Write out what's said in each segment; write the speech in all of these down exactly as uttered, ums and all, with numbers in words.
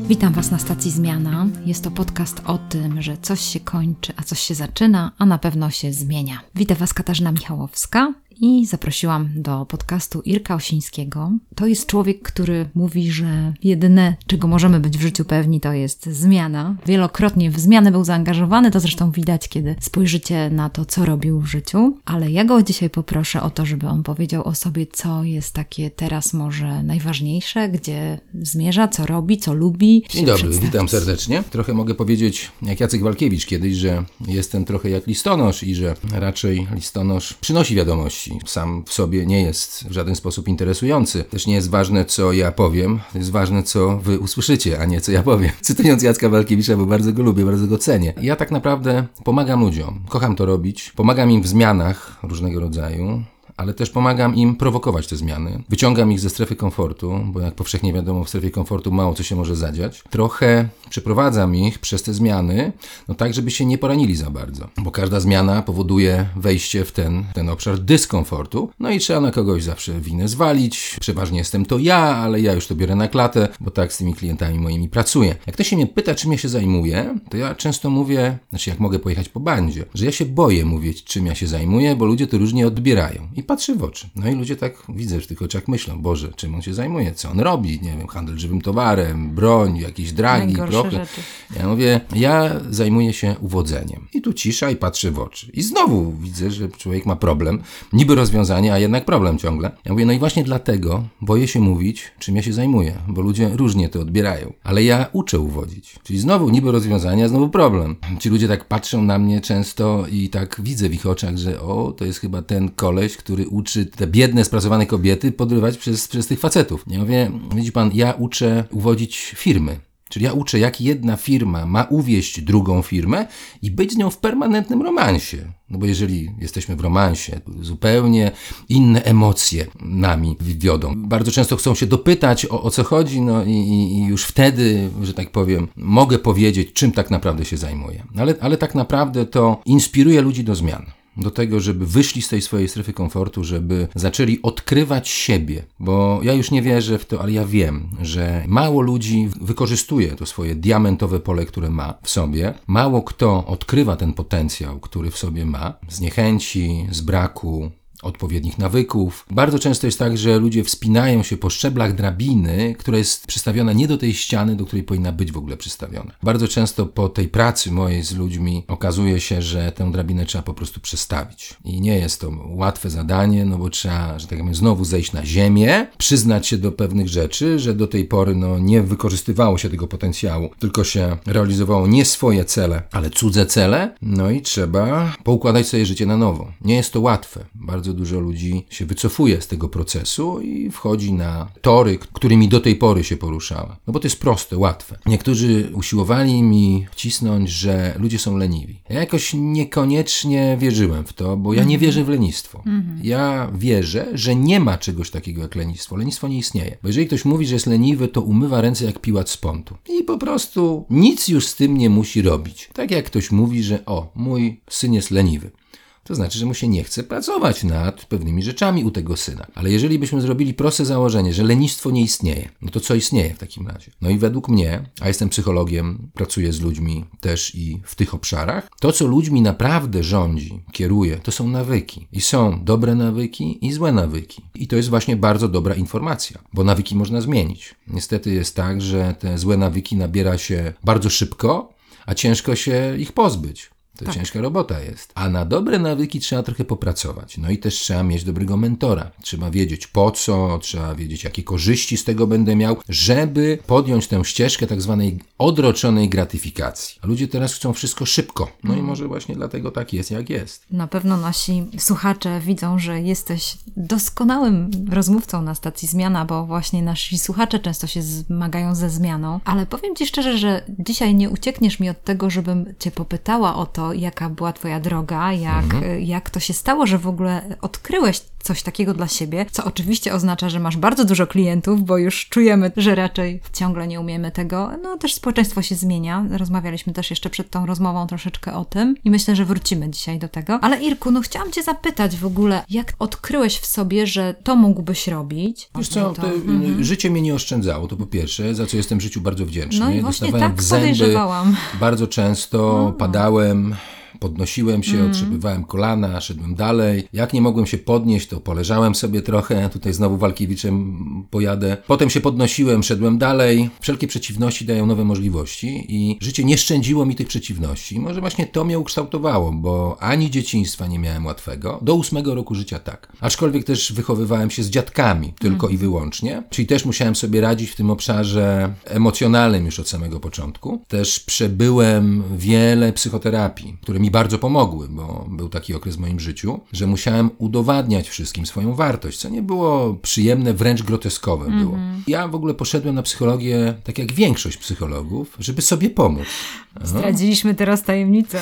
Witam Was na stacji Zmiana. Jest to podcast o tym, że coś się kończy, a coś się zaczyna, a na pewno się zmienia. Witam Was Katarzyna Michałowska i zaprosiłam do podcastu Irka Osińskiego. To jest człowiek, który mówi, że jedyne, czego możemy być w życiu pewni, to jest zmiana. Wielokrotnie w zmianę był zaangażowany, to zresztą widać, kiedy spojrzycie na to, co robił w życiu. Ale ja go dzisiaj poproszę o to, żeby on powiedział o sobie, co jest takie teraz może najważniejsze, gdzie zmierza, co robi, co lubi. Dzień dobry, witam serdecznie. Trochę mogę powiedzieć, jak Jacek Walkiewicz kiedyś, że jestem trochę jak listonosz i że raczej listonosz przynosi wiadomości. Sam w sobie nie jest w żaden sposób interesujący. Też nie jest ważne, co ja powiem, jest ważne, co wy usłyszycie, a nie co ja powiem. Cytując Jacka Walkiewicza, bo bardzo go lubię, bardzo go cenię. Ja tak naprawdę pomagam ludziom, kocham to robić, pomagam im w zmianach różnego rodzaju, ale też pomagam im prowokować te zmiany. Wyciągam ich ze strefy komfortu, bo jak powszechnie wiadomo, w strefie komfortu mało co się może zadziać. Trochę przeprowadzam ich przez te zmiany, no tak, żeby się nie poranili za bardzo. Bo każda zmiana powoduje wejście w ten, ten obszar dyskomfortu. No i trzeba na kogoś zawsze winę zwalić. Przeważnie jestem to ja, ale ja już to biorę na klatę, bo tak z tymi klientami moimi pracuję. Jak ktoś się mnie pyta, czym ja się zajmuję, to ja często mówię, znaczy jak mogę pojechać po bandzie, że ja się boję mówić, czym ja się zajmuję, bo ludzie to różnie odbierają. I patrzę w oczy. No i ludzie tak, widzę w tych oczach myślą, Boże, czym on się zajmuje, co on robi, nie wiem, handel żywym towarem, broń, jakieś dragi, prochy. Rzeczy. Ja mówię, ja zajmuję się uwodzeniem. I tu cisza i patrzę w oczy. I znowu widzę, że człowiek ma problem, niby rozwiązanie, a jednak problem ciągle. Ja mówię, no i właśnie dlatego boję się mówić, czym ja się zajmuję, bo ludzie różnie to odbierają. Ale ja uczę uwodzić. Czyli znowu niby rozwiązanie, a znowu problem. Ci ludzie tak patrzą na mnie często i tak widzę w ich oczach, że o, to jest chyba ten koleś, który uczy te biedne, spracowane kobiety podrywać przez, przez tych facetów. Ja mówię, widzi pan, ja uczę uwodzić firmy. Czyli ja uczę, jak jedna firma ma uwieść drugą firmę i być z nią w permanentnym romansie. No bo jeżeli jesteśmy w romansie, zupełnie inne emocje nami wiodą. Bardzo często chcą się dopytać, o, o co chodzi, no i, i już wtedy, że tak powiem, mogę powiedzieć, czym tak naprawdę się zajmuję. Ale, ale tak naprawdę to inspiruje ludzi do zmian. Do tego, żeby wyszli z tej swojej strefy komfortu, żeby zaczęli odkrywać siebie. Bo ja już nie wierzę w to, ale ja wiem, że mało ludzi wykorzystuje to swoje diamentowe pole, które ma w sobie. Mało kto odkrywa ten potencjał, który w sobie ma, z niechęci, z braku odpowiednich nawyków. Bardzo często jest tak, że ludzie wspinają się po szczeblach drabiny, która jest przystawiona nie do tej ściany, do której powinna być w ogóle przystawiona. Bardzo często po tej pracy mojej z ludźmi okazuje się, że tę drabinę trzeba po prostu przestawić. I nie jest to łatwe zadanie, no bo trzeba, że tak powiem, znowu zejść na ziemię, przyznać się do pewnych rzeczy, że do tej pory no, nie wykorzystywało się tego potencjału, tylko się realizowało nie swoje cele, ale cudze cele. No i trzeba poukładać sobie życie na nowo. Nie jest to łatwe. Bardzo dużo ludzi się wycofuje z tego procesu i wchodzi na tory, którymi do tej pory się poruszała. No bo to jest proste, łatwe. Niektórzy usiłowali mi wcisnąć, że ludzie są leniwi. Ja jakoś niekoniecznie wierzyłem w to, bo ja nie wierzę w lenistwo. Mm-hmm. Ja wierzę, że nie ma czegoś takiego jak lenistwo. Lenistwo nie istnieje. Bo jeżeli ktoś mówi, że jest leniwy, to umywa ręce jak piłat z pontu. I po prostu nic już z tym nie musi robić. Tak jak ktoś mówi, że o, mój syn jest leniwy. To znaczy, że mu się nie chce pracować nad pewnymi rzeczami u tego syna. Ale jeżeli byśmy zrobili proste założenie, że lenistwo nie istnieje, no to co istnieje w takim razie? No i według mnie, a jestem psychologiem, pracuję z ludźmi też i w tych obszarach, to co ludźmi naprawdę rządzi, kieruje, to są nawyki. I są dobre nawyki i złe nawyki. I to jest właśnie bardzo dobra informacja, bo nawyki można zmienić. Niestety jest tak, że te złe nawyki nabiera się bardzo szybko, a ciężko się ich pozbyć. To tak. Ciężka robota jest. A na dobre nawyki trzeba trochę popracować. No i też trzeba mieć dobrego mentora. Trzeba wiedzieć po co, trzeba wiedzieć jakie korzyści z tego będę miał, żeby podjąć tę ścieżkę tak zwanej odroczonej gratyfikacji. A ludzie teraz chcą wszystko szybko. No mm. i może właśnie dlatego tak jest, jak jest. Na pewno nasi słuchacze widzą, że jesteś doskonałym rozmówcą na stacji Zmiana, bo właśnie nasi słuchacze często się zmagają ze zmianą. Ale powiem Ci szczerze, że dzisiaj nie uciekniesz mi od tego, żebym Cię popytała o to, to, jaka była twoja droga, jak, mhm. jak to się stało, że w ogóle odkryłeś coś takiego dla siebie, co oczywiście oznacza, że masz bardzo dużo klientów, bo już czujemy, że raczej ciągle nie umiemy tego. No też społeczeństwo się zmienia. Rozmawialiśmy też jeszcze przed tą rozmową troszeczkę o tym i myślę, że wrócimy dzisiaj do tego. Ale Irku, no chciałam cię zapytać w ogóle, jak odkryłeś w sobie, że to mógłbyś robić? Wiesz co, to, mhm. życie mnie nie oszczędzało, to po pierwsze, za co jestem w życiu bardzo wdzięczny. No i właśnie Dostawałem tak w zęby, podejrzewałam. bardzo często no. padałem, podnosiłem się, mm. otrzepywałem kolana, szedłem dalej. Jak nie mogłem się podnieść, to poleżałem sobie trochę. Tutaj znowu Walkiewiczem pojadę. Potem się podnosiłem, szedłem dalej. Wszelkie przeciwności dają nowe możliwości i życie nie szczędziło mi tych przeciwności. I może właśnie to mnie ukształtowało, bo ani dzieciństwa nie miałem łatwego. Do ósmego roku życia tak. Aczkolwiek też wychowywałem się z dziadkami, tylko mm. i wyłącznie. Czyli też musiałem sobie radzić w tym obszarze emocjonalnym już od samego początku. Też przebyłem wiele psychoterapii, które mi bardzo pomogły, bo był taki okres w moim życiu, że musiałem udowadniać wszystkim swoją wartość, co nie było przyjemne, wręcz groteskowe mm-hmm. było. Ja w ogóle poszedłem na psychologię, tak jak większość psychologów, żeby sobie pomóc. No. Zdradziliśmy teraz tajemnicę.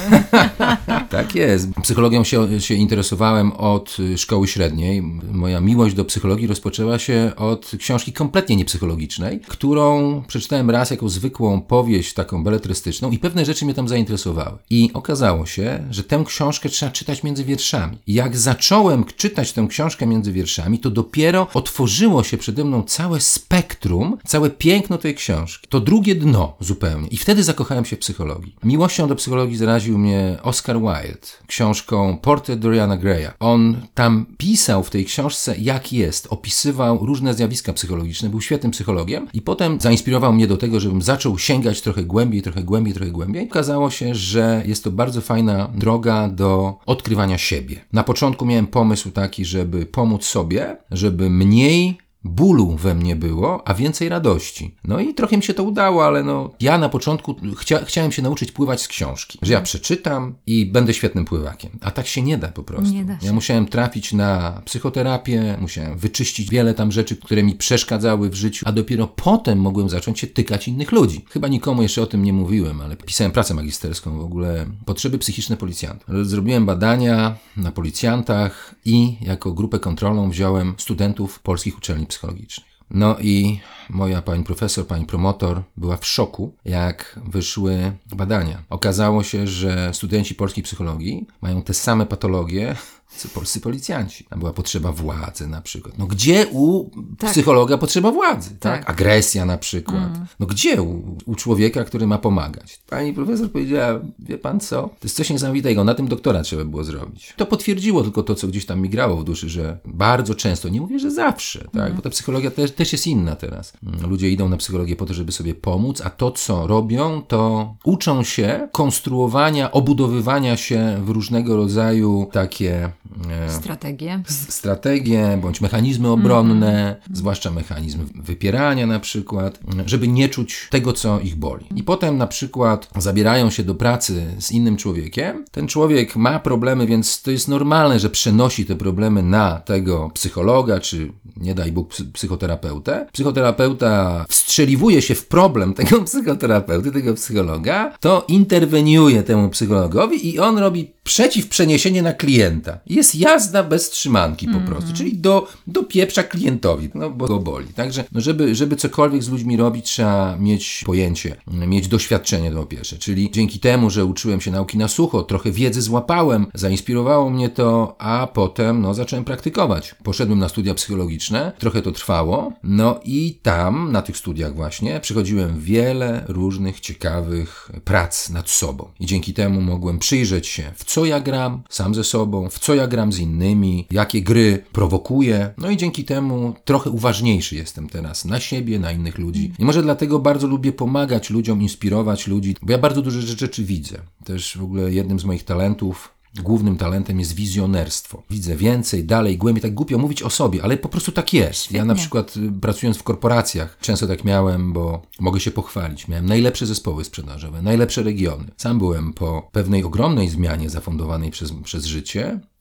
Tak jest. Psychologią się, się interesowałem od szkoły średniej. Moja miłość do psychologii rozpoczęła się od książki kompletnie niepsychologicznej, którą przeczytałem raz jako zwykłą powieść taką beletrystyczną i pewne rzeczy mnie tam zainteresowały. I okazało się, że tę książkę trzeba czytać między wierszami. I jak zacząłem czytać tę książkę między wierszami, to dopiero otworzyło się przede mną całe spektrum, całe piękno tej książki. To drugie dno zupełnie. I wtedy zakochałem się w psychologii. Miłością do psychologii zaraził mnie Oscar Wilde książką Portret Doriana Graya. On tam pisał w tej książce, jak jest. Opisywał różne zjawiska psychologiczne. Był świetnym psychologiem i potem zainspirował mnie do tego, żebym zaczął sięgać trochę głębiej, trochę głębiej, trochę głębiej. Okazało się, że jest to bardzo fajna droga do odkrywania siebie. Na początku miałem pomysł taki, żeby pomóc sobie, żeby mniej bólu we mnie było, a więcej radości. No i trochę mi się to udało, ale no ja na początku chcia, chciałem się nauczyć pływać z książki. Że ja przeczytam i będę świetnym pływakiem. A tak się nie da po prostu. Nie da się. Ja musiałem trafić na psychoterapię, musiałem wyczyścić wiele tam rzeczy, które mi przeszkadzały w życiu, a dopiero potem mogłem zacząć się tykać innych ludzi. Chyba nikomu jeszcze o tym nie mówiłem, ale pisałem pracę magisterską w ogóle potrzeby psychiczne policjantów. Zrobiłem badania na policjantach i jako grupę kontrolną wziąłem studentów polskich uczelni psychologicznych. No i moja pani profesor, pani promotor była w szoku, jak wyszły badania. Okazało się, że studenci polskiej psychologii mają te same patologie co polscy policjanci. Tam była potrzeba władzy na przykład. No gdzie u tak. psychologa potrzeba władzy? Tak? tak? Agresja na przykład. Mm. No gdzie u, u człowieka, który ma pomagać? Pani profesor powiedziała, wie pan co? To jest coś niesamowitego. Na tym doktora trzeba było zrobić. To potwierdziło tylko to, co gdzieś tam mi grało w duszy, że bardzo często, nie mówię, że zawsze, tak? Mm. Bo ta psychologia też, też jest inna teraz. Ludzie idą na psychologię po to, żeby sobie pomóc, a to, co robią, to uczą się konstruowania, obudowywania się w różnego rodzaju takie Strategie. Strategie, bądź mechanizmy obronne, mm-hmm. zwłaszcza mechanizm wypierania na przykład, żeby nie czuć tego, co ich boli. I potem na przykład zabierają się do pracy z innym człowiekiem. Ten człowiek ma problemy, więc to jest normalne, że przenosi te problemy na tego psychologa, czy nie daj Bóg psychoterapeutę. Psychoterapeuta wstrzeliwuje się w problem tego psychoterapeuty, tego psychologa, to interweniuje temu psychologowi i on robi przeciwprzeniesienie na klienta. Jest jazda bez trzymanki po prostu, mm-hmm. czyli do, do pieprza klientowi, no bo go boli. Także, no żeby, żeby cokolwiek z ludźmi robić, trzeba mieć pojęcie, mieć doświadczenie to po pierwsze. Czyli dzięki temu, że uczyłem się nauki na sucho, trochę wiedzy złapałem, zainspirowało mnie to, a potem no, zacząłem praktykować. Poszedłem na studia psychologiczne, trochę to trwało, no i tam, na tych studiach właśnie, przechodziłem wiele różnych ciekawych prac nad sobą. I dzięki temu mogłem przyjrzeć się, w co ja gram sam ze sobą, w co ja gram z innymi, jakie gry prowokuję. No i dzięki temu trochę uważniejszy jestem teraz na siebie, na innych ludzi. I może dlatego bardzo lubię pomagać ludziom, inspirować ludzi, bo ja bardzo dużo rzeczy widzę. Też w ogóle jednym z moich talentów, głównym talentem jest wizjonerstwo. Widzę więcej, dalej, głębiej, tak głupio mówić o sobie, ale po prostu tak jest. Świetnie. Ja na przykład pracując w korporacjach często tak miałem, bo mogę się pochwalić. Miałem najlepsze zespoły sprzedażowe, najlepsze regiony. Sam byłem po pewnej ogromnej zmianie zafundowanej przez, przez życie,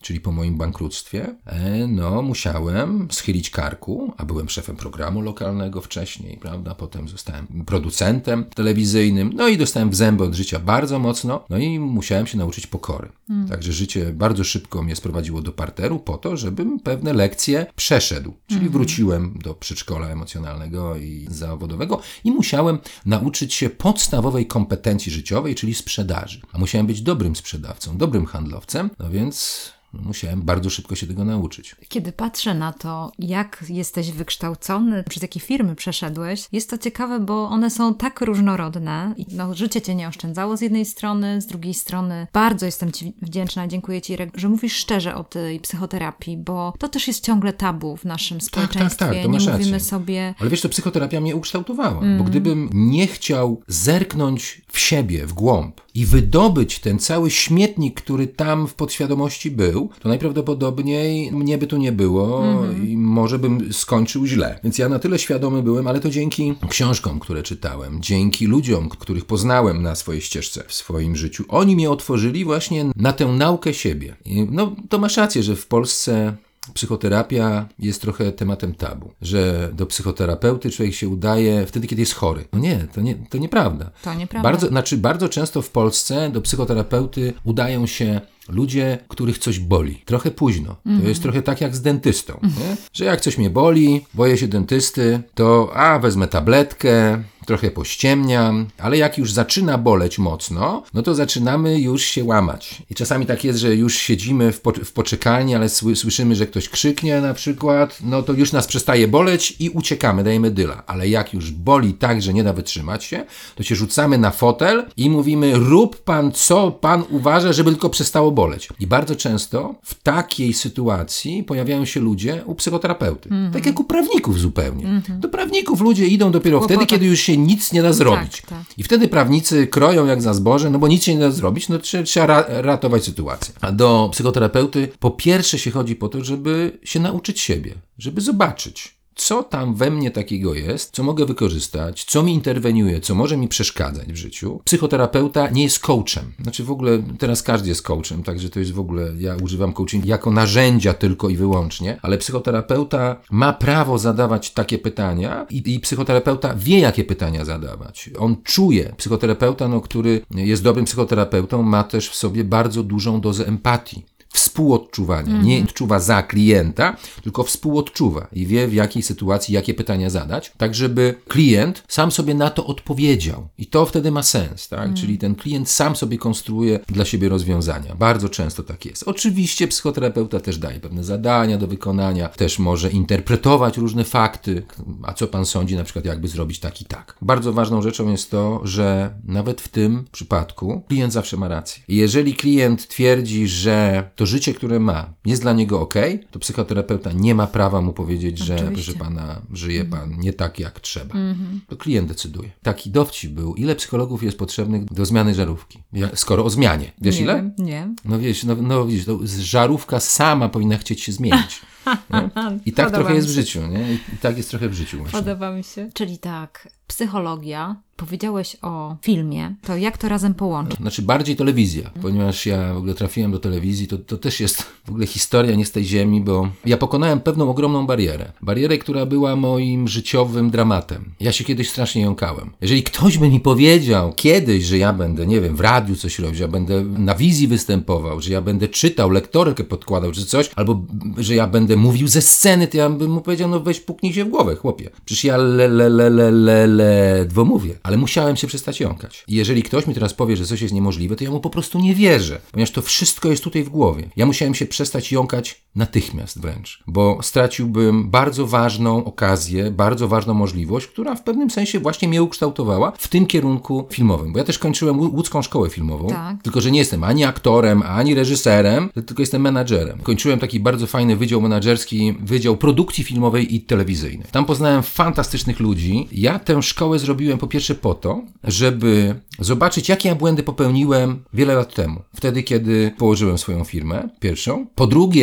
czyli po moim bankructwie, e, no musiałem schylić karku, a byłem szefem programu lokalnego wcześniej, prawda? Potem zostałem producentem telewizyjnym, no i dostałem w zęby od życia bardzo mocno, no i musiałem się nauczyć pokory. Hmm. Także życie bardzo szybko mnie sprowadziło do parteru po to, żebym pewne lekcje przeszedł. Czyli hmm. wróciłem do przedszkola emocjonalnego i zawodowego i musiałem nauczyć się podstawowej kompetencji życiowej, czyli sprzedaży. A musiałem być dobrym sprzedawcą, dobrym handlowcem, no więc musiałem bardzo szybko się tego nauczyć. Kiedy patrzę na to, jak jesteś wykształcony, przez jakie firmy przeszedłeś, jest to ciekawe, bo one są tak różnorodne. No, życie cię nie oszczędzało z jednej strony, z drugiej strony bardzo jestem ci wdzięczna, dziękuję ci, że mówisz szczerze o tej psychoterapii, bo to też jest ciągle tabu w naszym społeczeństwie. Tak, tak, tak, to nie masz mówimy rację. sobie... Ale wiesz, to psychoterapia mnie ukształtowała, mm. bo gdybym nie chciał zerknąć w siebie, w głąb i wydobyć ten cały śmietnik, który tam w podświadomości był, to najprawdopodobniej mnie by tu nie było mm-hmm. i może bym skończył źle. Więc ja na tyle świadomy byłem, ale to dzięki książkom, które czytałem, dzięki ludziom, których poznałem na swojej ścieżce w swoim życiu. Oni mnie otworzyli właśnie na tę naukę siebie. I no, to masz rację, że w Polsce psychoterapia jest trochę tematem tabu, że do psychoterapeuty człowiek się udaje wtedy, kiedy jest chory. No nie, to, nie, to nieprawda. To nieprawda. Bardzo, znaczy bardzo często w Polsce do psychoterapeuty udają się ludzie, których coś boli. Trochę późno. Mm. To jest trochę tak jak z dentystą. Nie? Że jak coś mnie boli, boję się dentysty, to a, wezmę tabletkę, trochę pościemniam, ale jak już zaczyna boleć mocno, no to zaczynamy już się łamać. I czasami tak jest, że już siedzimy w, po, w poczekalni, ale sły, słyszymy, że ktoś krzyknie na przykład, no to już nas przestaje boleć i uciekamy, dajemy dyla. Ale jak już boli tak, że nie da wytrzymać się, to się rzucamy na fotel i mówimy, rób pan co pan uważa, żeby tylko przestało boleć. I bardzo często w takiej sytuacji pojawiają się ludzie u psychoterapeuty. Mm-hmm. Tak jak u prawników zupełnie. Mm-hmm. Do prawników ludzie idą dopiero Kłopota. wtedy, kiedy już się nic nie da zrobić. Tak, tak. I wtedy prawnicy kroją jak za zboże, no bo nic się nie da zrobić, no trzeba, trzeba ra- ratować sytuację. A do psychoterapeuty po pierwsze się chodzi po to, żeby się nauczyć siebie, żeby zobaczyć, co tam we mnie takiego jest, co mogę wykorzystać, co mi interweniuje, co może mi przeszkadzać w życiu. Psychoterapeuta nie jest coachem. Znaczy w ogóle teraz każdy jest coachem, także to jest w ogóle, ja używam coachingu jako narzędzia tylko i wyłącznie, ale psychoterapeuta ma prawo zadawać takie pytania i, i psychoterapeuta wie, jakie pytania zadawać. On czuje. Psychoterapeuta, no, który jest dobrym psychoterapeutą, ma też w sobie bardzo dużą dozę empatii. Współodczuwania. Mm. Nie odczuwa za klienta, tylko współodczuwa i wie, w jakiej sytuacji, jakie pytania zadać, tak żeby klient sam sobie na to odpowiedział. I to wtedy ma sens, tak? Mm. Czyli ten klient sam sobie konstruuje dla siebie rozwiązania. Bardzo często tak jest. Oczywiście psychoterapeuta też daje pewne zadania do wykonania, też może interpretować różne fakty. A co pan sądzi, na przykład, jakby zrobić tak i tak. Bardzo ważną rzeczą jest to, że nawet w tym przypadku klient zawsze ma rację. I jeżeli klient twierdzi, że to życie, które ma, jest dla niego okej, to psychoterapeuta nie ma prawa mu powiedzieć, że Oczywiście. proszę pana, żyje mm. pan nie tak, jak trzeba. Mm-hmm. To klient decyduje. Taki dowcip był. Ile psychologów jest potrzebnych do zmiany żarówki? Ja, skoro o zmianie. Wiesz nie ile? Wiem, nie. No wiesz, no, no widzisz, to żarówka sama powinna chcieć się zmienić. Nie? I tak Podoba trochę jest się. w życiu, nie? I tak jest trochę w życiu właśnie. Podoba mi się. Czyli tak, psychologia, powiedziałeś o filmie, to jak to razem połączyć? Znaczy bardziej telewizja, ponieważ ja w ogóle trafiłem do telewizji, to, to też jest w ogóle historia nie z tej ziemi, bo ja pokonałem pewną ogromną barierę. Barierę, która była moim życiowym dramatem. Ja się kiedyś strasznie jąkałem. Jeżeli ktoś by mi powiedział kiedyś, że ja będę, nie wiem, w radiu coś robił, że ja będę na wizji występował, że ja będę czytał, lektorkę podkładał, czy coś, albo że ja będę mówił ze sceny, to ja bym mu powiedział, no weź puknij się w głowę, chłopie. Przecież ja le, le, le, le, le, ledwo mówię. Ale musiałem się przestać jąkać. I jeżeli ktoś mi teraz powie, że coś jest niemożliwe, to ja mu po prostu nie wierzę, ponieważ to wszystko jest tutaj w głowie. Ja musiałem się przestać jąkać natychmiast wręcz, bo straciłbym bardzo ważną okazję, bardzo ważną możliwość, która w pewnym sensie właśnie mnie ukształtowała w tym kierunku filmowym. Bo ja też kończyłem łódzką szkołę filmową, tak. Tylko że nie jestem ani aktorem, ani reżyserem, tylko jestem menadżerem. Kończyłem taki bardzo fajny wydział menadżerski, wydział produkcji filmowej i telewizyjnej. Tam poznałem fantastycznych ludzi. Ja tę szkołę zrobiłem po pierwsze po to, żeby zobaczyć, jakie ja błędy popełniłem wiele lat temu. Wtedy, kiedy położyłem swoją firmę, pierwszą. Po drugie,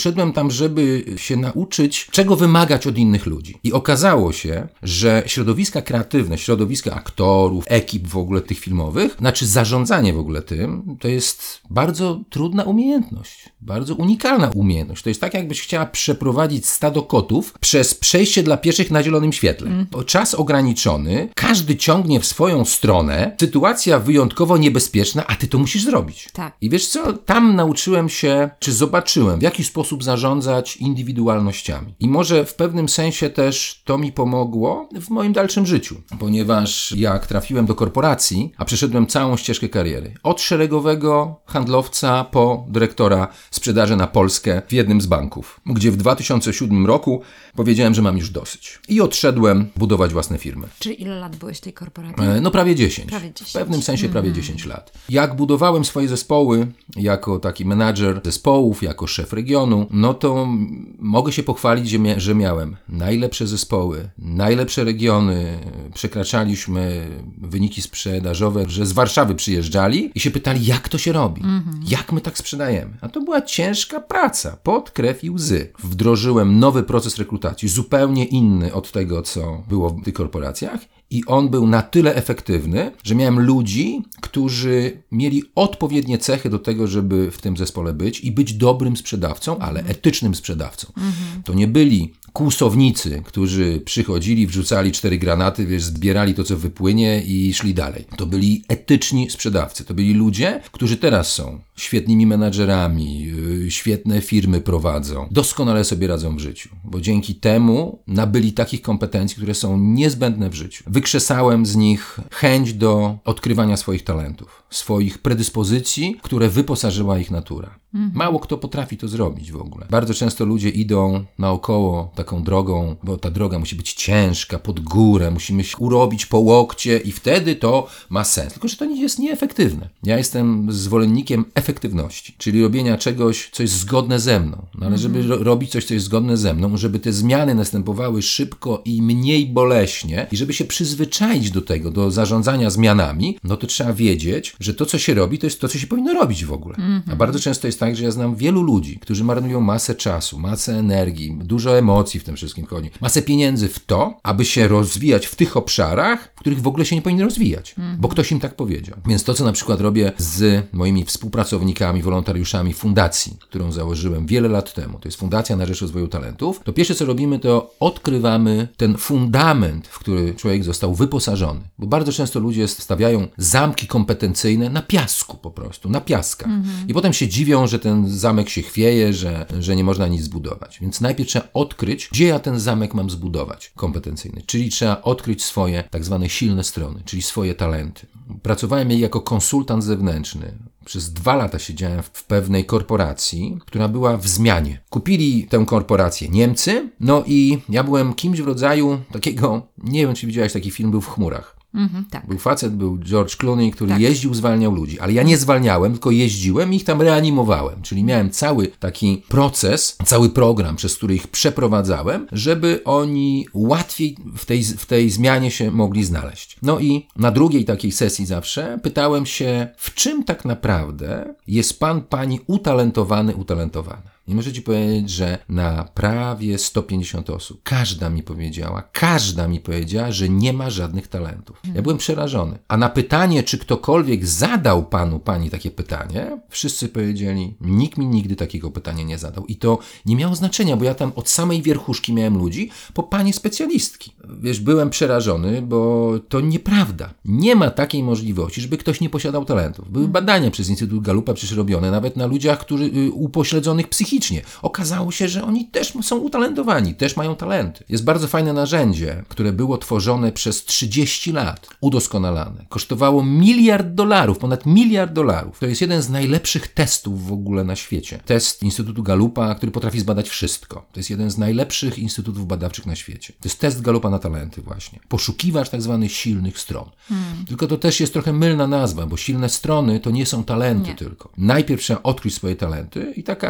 Poszedłem tam, żeby się nauczyć, czego wymagać od innych ludzi. I okazało się, że środowiska kreatywne, środowiska aktorów, ekip w ogóle tych filmowych, znaczy zarządzanie w ogóle tym, to jest bardzo trudna umiejętność. Bardzo unikalna umiejętność. To jest tak, jakbyś chciała przeprowadzić stado kotów przez przejście dla pieszych na zielonym świetle. Mm. Czas ograniczony, każdy ciągnie w swoją stronę, sytuacja wyjątkowo niebezpieczna, a ty to musisz zrobić. Tak. I wiesz co, tam nauczyłem się, czy zobaczyłem, w jaki sposób zarządzać indywidualnościami. I może w pewnym sensie też to mi pomogło w moim dalszym życiu, ponieważ jak trafiłem do korporacji, a przeszedłem całą ścieżkę kariery, od szeregowego handlowca po dyrektora sprzedaży na Polskę w jednym z banków, gdzie w dwa tysiące siódmym roku powiedziałem, że mam już dosyć. I odszedłem budować własne firmy. Czyli ile lat byłeś w tej korporacji? E, no prawie dziesięć. Prawie dziesięć. W pewnym sensie prawie mm. dziesięć lat. Jak budowałem swoje zespoły jako taki menadżer zespołów, jako szef regionu, no to mogę się pochwalić, że, mia- że miałem najlepsze zespoły, najlepsze regiony. Przekraczaliśmy wyniki sprzedażowe, że z Warszawy przyjeżdżali i się pytali, jak to się robi? Mm-hmm. Jak my tak sprzedajemy? A to była ciężka praca, pot, krew i łzy. Wdrożyłem nowy proces rekrutacji, zupełnie inny od tego, co było w tych korporacjach. I on był na tyle efektywny, że miałem ludzi, którzy mieli odpowiednie cechy do tego, żeby w tym zespole być i być dobrym sprzedawcą, ale etycznym sprzedawcą. Mhm. To nie byli kłusownicy, którzy przychodzili, wrzucali cztery granaty, wiesz, zbierali to, co wypłynie i szli dalej. To byli etyczni sprzedawcy. To byli ludzie, którzy teraz są świetnymi menadżerami, yy, świetne firmy prowadzą, doskonale sobie radzą w życiu, bo dzięki temu nabyli takich kompetencji, które są niezbędne w życiu. Wykrzesałem z nich chęć do odkrywania swoich talentów, swoich predyspozycji, które wyposażyła ich natura. Mhm. Mało kto potrafi to zrobić w ogóle. Bardzo często ludzie idą naokoło taką drogą, bo ta droga musi być ciężka, pod górę, musimy się urobić po łokcie i wtedy to ma sens. Tylko że to nie jest nieefektywne. Ja jestem zwolennikiem efektywności, czyli robienia czegoś, co jest zgodne ze mną. No ale żeby ro- robić coś, co jest zgodne ze mną, żeby te zmiany następowały szybko i mniej boleśnie i żeby się przyzwyczaić do tego, do zarządzania zmianami, no to trzeba wiedzieć, że to, co się robi, to jest to, co się powinno robić w ogóle. Mhm. A bardzo często jest tak, że ja znam wielu ludzi, którzy marnują masę czasu, masę energii, dużo emocji w tym wszystkim chodzi, masę pieniędzy w to, aby się rozwijać w tych obszarach, w których w ogóle się nie powinni rozwijać, mhm. bo ktoś im tak powiedział. Więc to, co na przykład robię z moimi współpracownikami, wolontariuszami fundacji, którą założyłem wiele lat temu, to jest Fundacja na Rzecz Rozwoju Talentów, to pierwsze, co robimy, to odkrywamy ten fundament, w który człowiek został wyposażony. Bo bardzo często ludzie stawiają zamki kompetencyjne na piasku po prostu, na piaskach. Mhm. I potem się dziwią, że ten zamek się chwieje, że, że nie można nic zbudować. Więc najpierw trzeba odkryć, gdzie ja ten zamek mam zbudować kompetencyjny. Czyli trzeba odkryć swoje tak zwane silne strony, czyli swoje talenty. Pracowałem jako konsultant zewnętrzny. Przez dwa lata siedziałem w pewnej korporacji, która była w zmianie. Kupili tę korporację Niemcy, no i ja byłem kimś w rodzaju takiego, nie wiem, czy widziałeś taki film, był w chmurach. Mhm, tak. Był facet, był George Clooney, który tak. jeździł, zwalniał ludzi, ale ja nie zwalniałem, tylko jeździłem i ich tam reanimowałem, czyli miałem cały taki proces, cały program, przez który ich przeprowadzałem, żeby oni łatwiej w tej, w tej zmianie się mogli znaleźć. No i na drugiej takiej sesji zawsze pytałem się, w czym tak naprawdę jest pan, pani utalentowany, utalentowana. I możecie ci powiedzieć, że na prawie sto pięćdziesiąt osób każda mi powiedziała, każda mi powiedziała, że nie ma żadnych talentów. Ja byłem przerażony. A na pytanie, czy ktokolwiek zadał panu, pani takie pytanie, wszyscy powiedzieli, nikt mi nigdy takiego pytania nie zadał. I to nie miało znaczenia, bo ja tam od samej wierchuszki miałem ludzi, po panie specjalistki. Wiesz, byłem przerażony, bo to nieprawda. Nie ma takiej możliwości, żeby ktoś nie posiadał talentów. Były badania przez Instytut Gallupa przecież robione, nawet na ludziach, którzy y, upośledzonych psychicznie. Okazało się, że oni też są utalentowani, też mają talenty. Jest bardzo fajne narzędzie, które było tworzone przez trzydzieści lat, udoskonalane. Kosztowało miliard dolarów, ponad miliard dolarów. To jest jeden z najlepszych testów w ogóle na świecie. Test Instytutu Gallupa, który potrafi zbadać wszystko. To jest jeden z najlepszych instytutów badawczych na świecie. To jest test Gallupa na talenty właśnie. Poszukiwacz tak zwanych silnych stron. Hmm. Tylko to też jest trochę mylna nazwa, bo silne strony to nie są talenty nie. tylko. Najpierw trzeba odkryć swoje talenty i taka, taka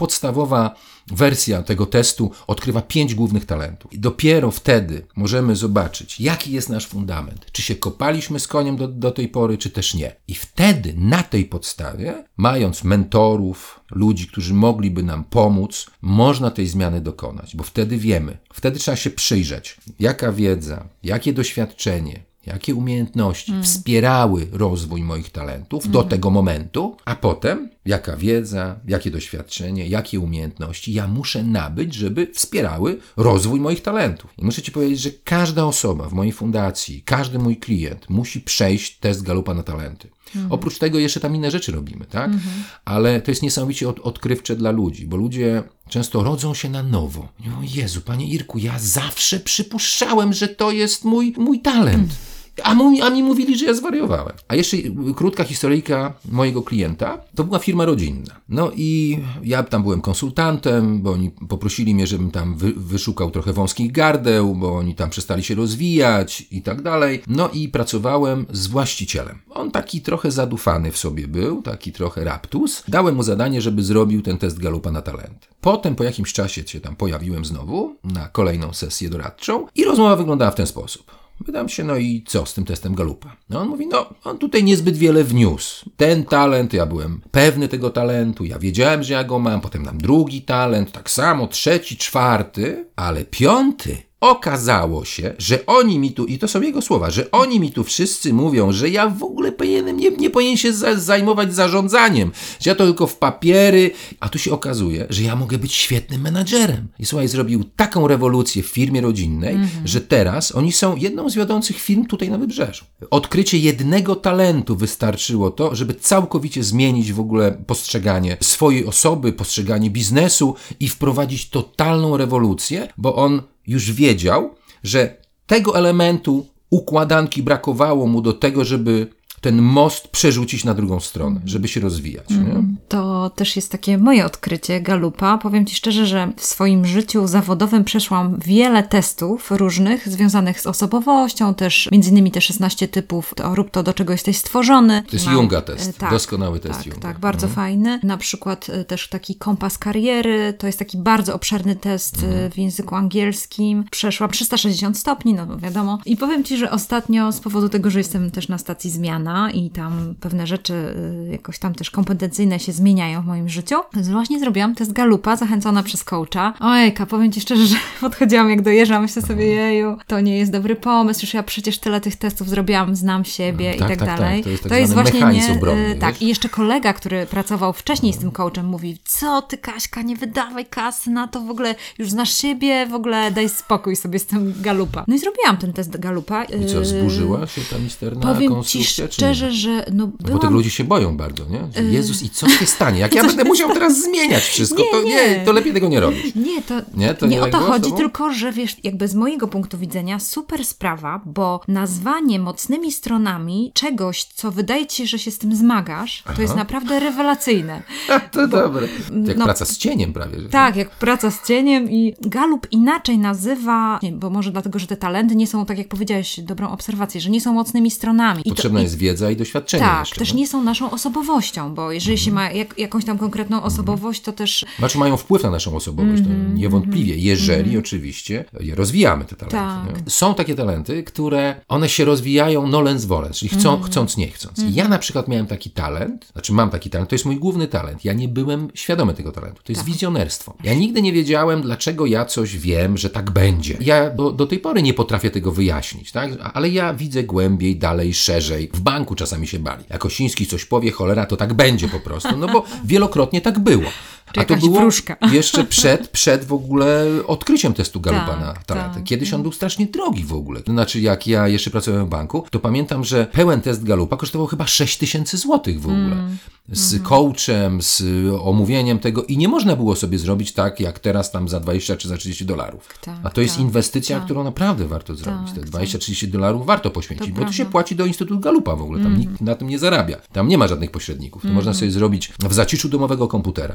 podstawowa wersja tego testu odkrywa pięć głównych talentów. I dopiero wtedy możemy zobaczyć, jaki jest nasz fundament. Czy się kopaliśmy z koniem do, do tej pory, czy też nie. I wtedy na tej podstawie, mając mentorów, ludzi, którzy mogliby nam pomóc, można tej zmiany dokonać, bo wtedy wiemy, wtedy trzeba się przyjrzeć, jaka wiedza, jakie doświadczenie, jakie umiejętności mm. wspierały rozwój moich talentów mm. do tego momentu, a potem jaka wiedza, jakie doświadczenie, jakie umiejętności ja muszę nabyć, żeby wspierały rozwój moich talentów. I muszę Ci powiedzieć, że każda osoba w mojej fundacji, każdy mój klient musi przejść test Gallupa na talenty. Mhm. Oprócz tego jeszcze tam inne rzeczy robimy, tak? Mhm. Ale to jest niesamowicie od, odkrywcze dla ludzi, bo ludzie często rodzą się na nowo. I mówią, Jezu, Panie Irku, ja zawsze przypuszczałem, że to jest mój, mój talent. Mhm. A, mu, a mi mówili, że ja zwariowałem. A jeszcze krótka historyjka mojego klienta. To była firma rodzinna. No i ja tam byłem konsultantem, bo oni poprosili mnie, żebym tam wy, wyszukał trochę wąskich gardeł, bo oni tam przestali się rozwijać i tak dalej. No i pracowałem z właścicielem. On taki trochę zadufany w sobie był, taki trochę raptus. Dałem mu zadanie, żeby zrobił ten test Gallupa na talent. Potem po jakimś czasie się tam pojawiłem znowu na kolejną sesję doradczą i rozmowa wyglądała w ten sposób. Pytam się, no i co z tym testem Gallupa? No on mówi, no on tutaj niezbyt wiele wniósł. Ten talent, ja byłem pewny tego talentu, ja wiedziałem, że ja go mam, potem dam drugi talent, tak samo, trzeci, czwarty, ale piąty. Okazało się, że oni mi tu, i to są jego słowa, że oni mi tu wszyscy mówią, że ja w ogóle powinienem, nie, nie powinien się za, zajmować zarządzaniem, że ja to tylko w papiery, a tu się okazuje, że ja mogę być świetnym menadżerem. I słuchaj, zrobił taką rewolucję w firmie rodzinnej, mm-hmm. że teraz oni są jedną z wiodących firm tutaj na Wybrzeżu. Odkrycie jednego talentu wystarczyło to, żeby całkowicie zmienić w ogóle postrzeganie swojej osoby, postrzeganie biznesu i wprowadzić totalną rewolucję, bo on już wiedział, że tego elementu układanki brakowało mu do tego, żeby ten most przerzucić na drugą stronę, żeby się rozwijać. Mm. Nie? To też jest takie moje odkrycie Gallupa. Powiem Ci szczerze, że w swoim życiu zawodowym przeszłam wiele testów różnych, związanych z osobowością, też między innymi te szesnaście typów, to rób to, do czego jesteś stworzony. To jest Mam, Junga test, tak, doskonały test tak, Junga. Tak, bardzo mhm. fajny. Na przykład też taki kompas kariery, to jest taki bardzo obszerny test mhm. w języku angielskim. Przeszłam trzysta sześćdziesiąt stopni, no wiadomo. I powiem Ci, że ostatnio z powodu tego, że jestem też na stacji Zmiana i tam pewne rzeczy y, jakoś tam też kompetencyjne się zmieniają w moim życiu. Więc właśnie zrobiłam test Gallupa, zachęcona przez coacha. Ojejka, powiem Ci szczerze, że podchodziłam jak dojeżdżam, myślę sobie, jeju, to nie jest dobry pomysł, już ja przecież tyle tych testów zrobiłam, znam siebie tak, i tak, tak dalej. Tak, to jest, tak to jest właśnie nie, obronny, y, tak. I jeszcze kolega, który pracował wcześniej z tym coachem, mówi, co ty Kaśka, nie wydawaj kasy na to, w ogóle już znasz siebie, w ogóle daj spokój sobie z tym Gallupa. No i zrobiłam ten test Gallupa. I co, zburzyła się ta misterna Powiem konstrukcja? Ci szczerze, że no byłam... Bo tego ludzie się boją bardzo, nie? Że Jezus, i co się stanie? Jak ja będę musiał teraz zmieniać wszystko, nie, to nie. nie, to lepiej tego nie robić. Nie, to nie, to nie, nie o tak to było chodzi, z tobą? tylko że wiesz, jakby z mojego punktu widzenia super sprawa, bo nazwanie mocnymi stronami czegoś, co wydaje ci się, że się z tym zmagasz, to Aha. jest naprawdę rewelacyjne. To bo, dobre. To jak no, praca z cieniem prawie. Że tak, jak praca z cieniem i Gallup inaczej nazywa, nie, bo może dlatego, że te talenty nie są, tak jak powiedziałeś, dobrą obserwację, że nie są mocnymi stronami. Potrzebna I to, jest wiedza i doświadczenie. Tak, jeszcze, też no? nie są naszą osobowością, bo jeżeli mm-hmm. się ma jak, jakąś tam konkretną osobowość, to też... Znaczy mają wpływ na naszą osobowość, mm-hmm. to niewątpliwie, jeżeli mm-hmm. oczywiście je rozwijamy, te talenty. Tak. Nie? Są takie talenty, które one się rozwijają nolens volens, czyli chcą, mm-hmm. chcąc, nie chcąc. Mm-hmm. Ja na przykład miałem taki talent, znaczy mam taki talent, to jest mój główny talent. Ja nie byłem świadomy tego talentu. To jest tak. wizjonerstwo. Ja nigdy nie wiedziałem, dlaczego ja coś wiem, że tak będzie. Ja do, do tej pory nie potrafię tego wyjaśnić, tak? Ale ja widzę głębiej, dalej, szerzej. W banku czasami się bali. Jak Osiński coś powie, cholera, to tak będzie po prostu. No bo wielokrotnie tak było. Czy A to było wróżka. jeszcze przed, przed w ogóle odkryciem testu Gallupa tak, na talenty. tak. Kiedyś on był strasznie drogi w ogóle. Znaczy, jak ja jeszcze pracowałem w banku, to pamiętam, że pełen test Gallupa kosztował chyba sześć tysięcy złotych w ogóle. Mm. Z mm. coachem, z omówieniem tego i nie można było sobie zrobić tak, jak teraz tam za dwadzieścia czy za trzydzieści dolarów. Tak, A to jest tak, inwestycja, tak. którą naprawdę warto zrobić. Tak, Te dwadzieścia trzydzieści dolarów warto poświęcić, to bo prawda. to się płaci do Instytutu Gallupa w ogóle. Tam mm. nikt na tym nie zarabia. Tam nie ma żadnych pośredników. To mm. można sobie zrobić w zaciszu domowego komputera. I raport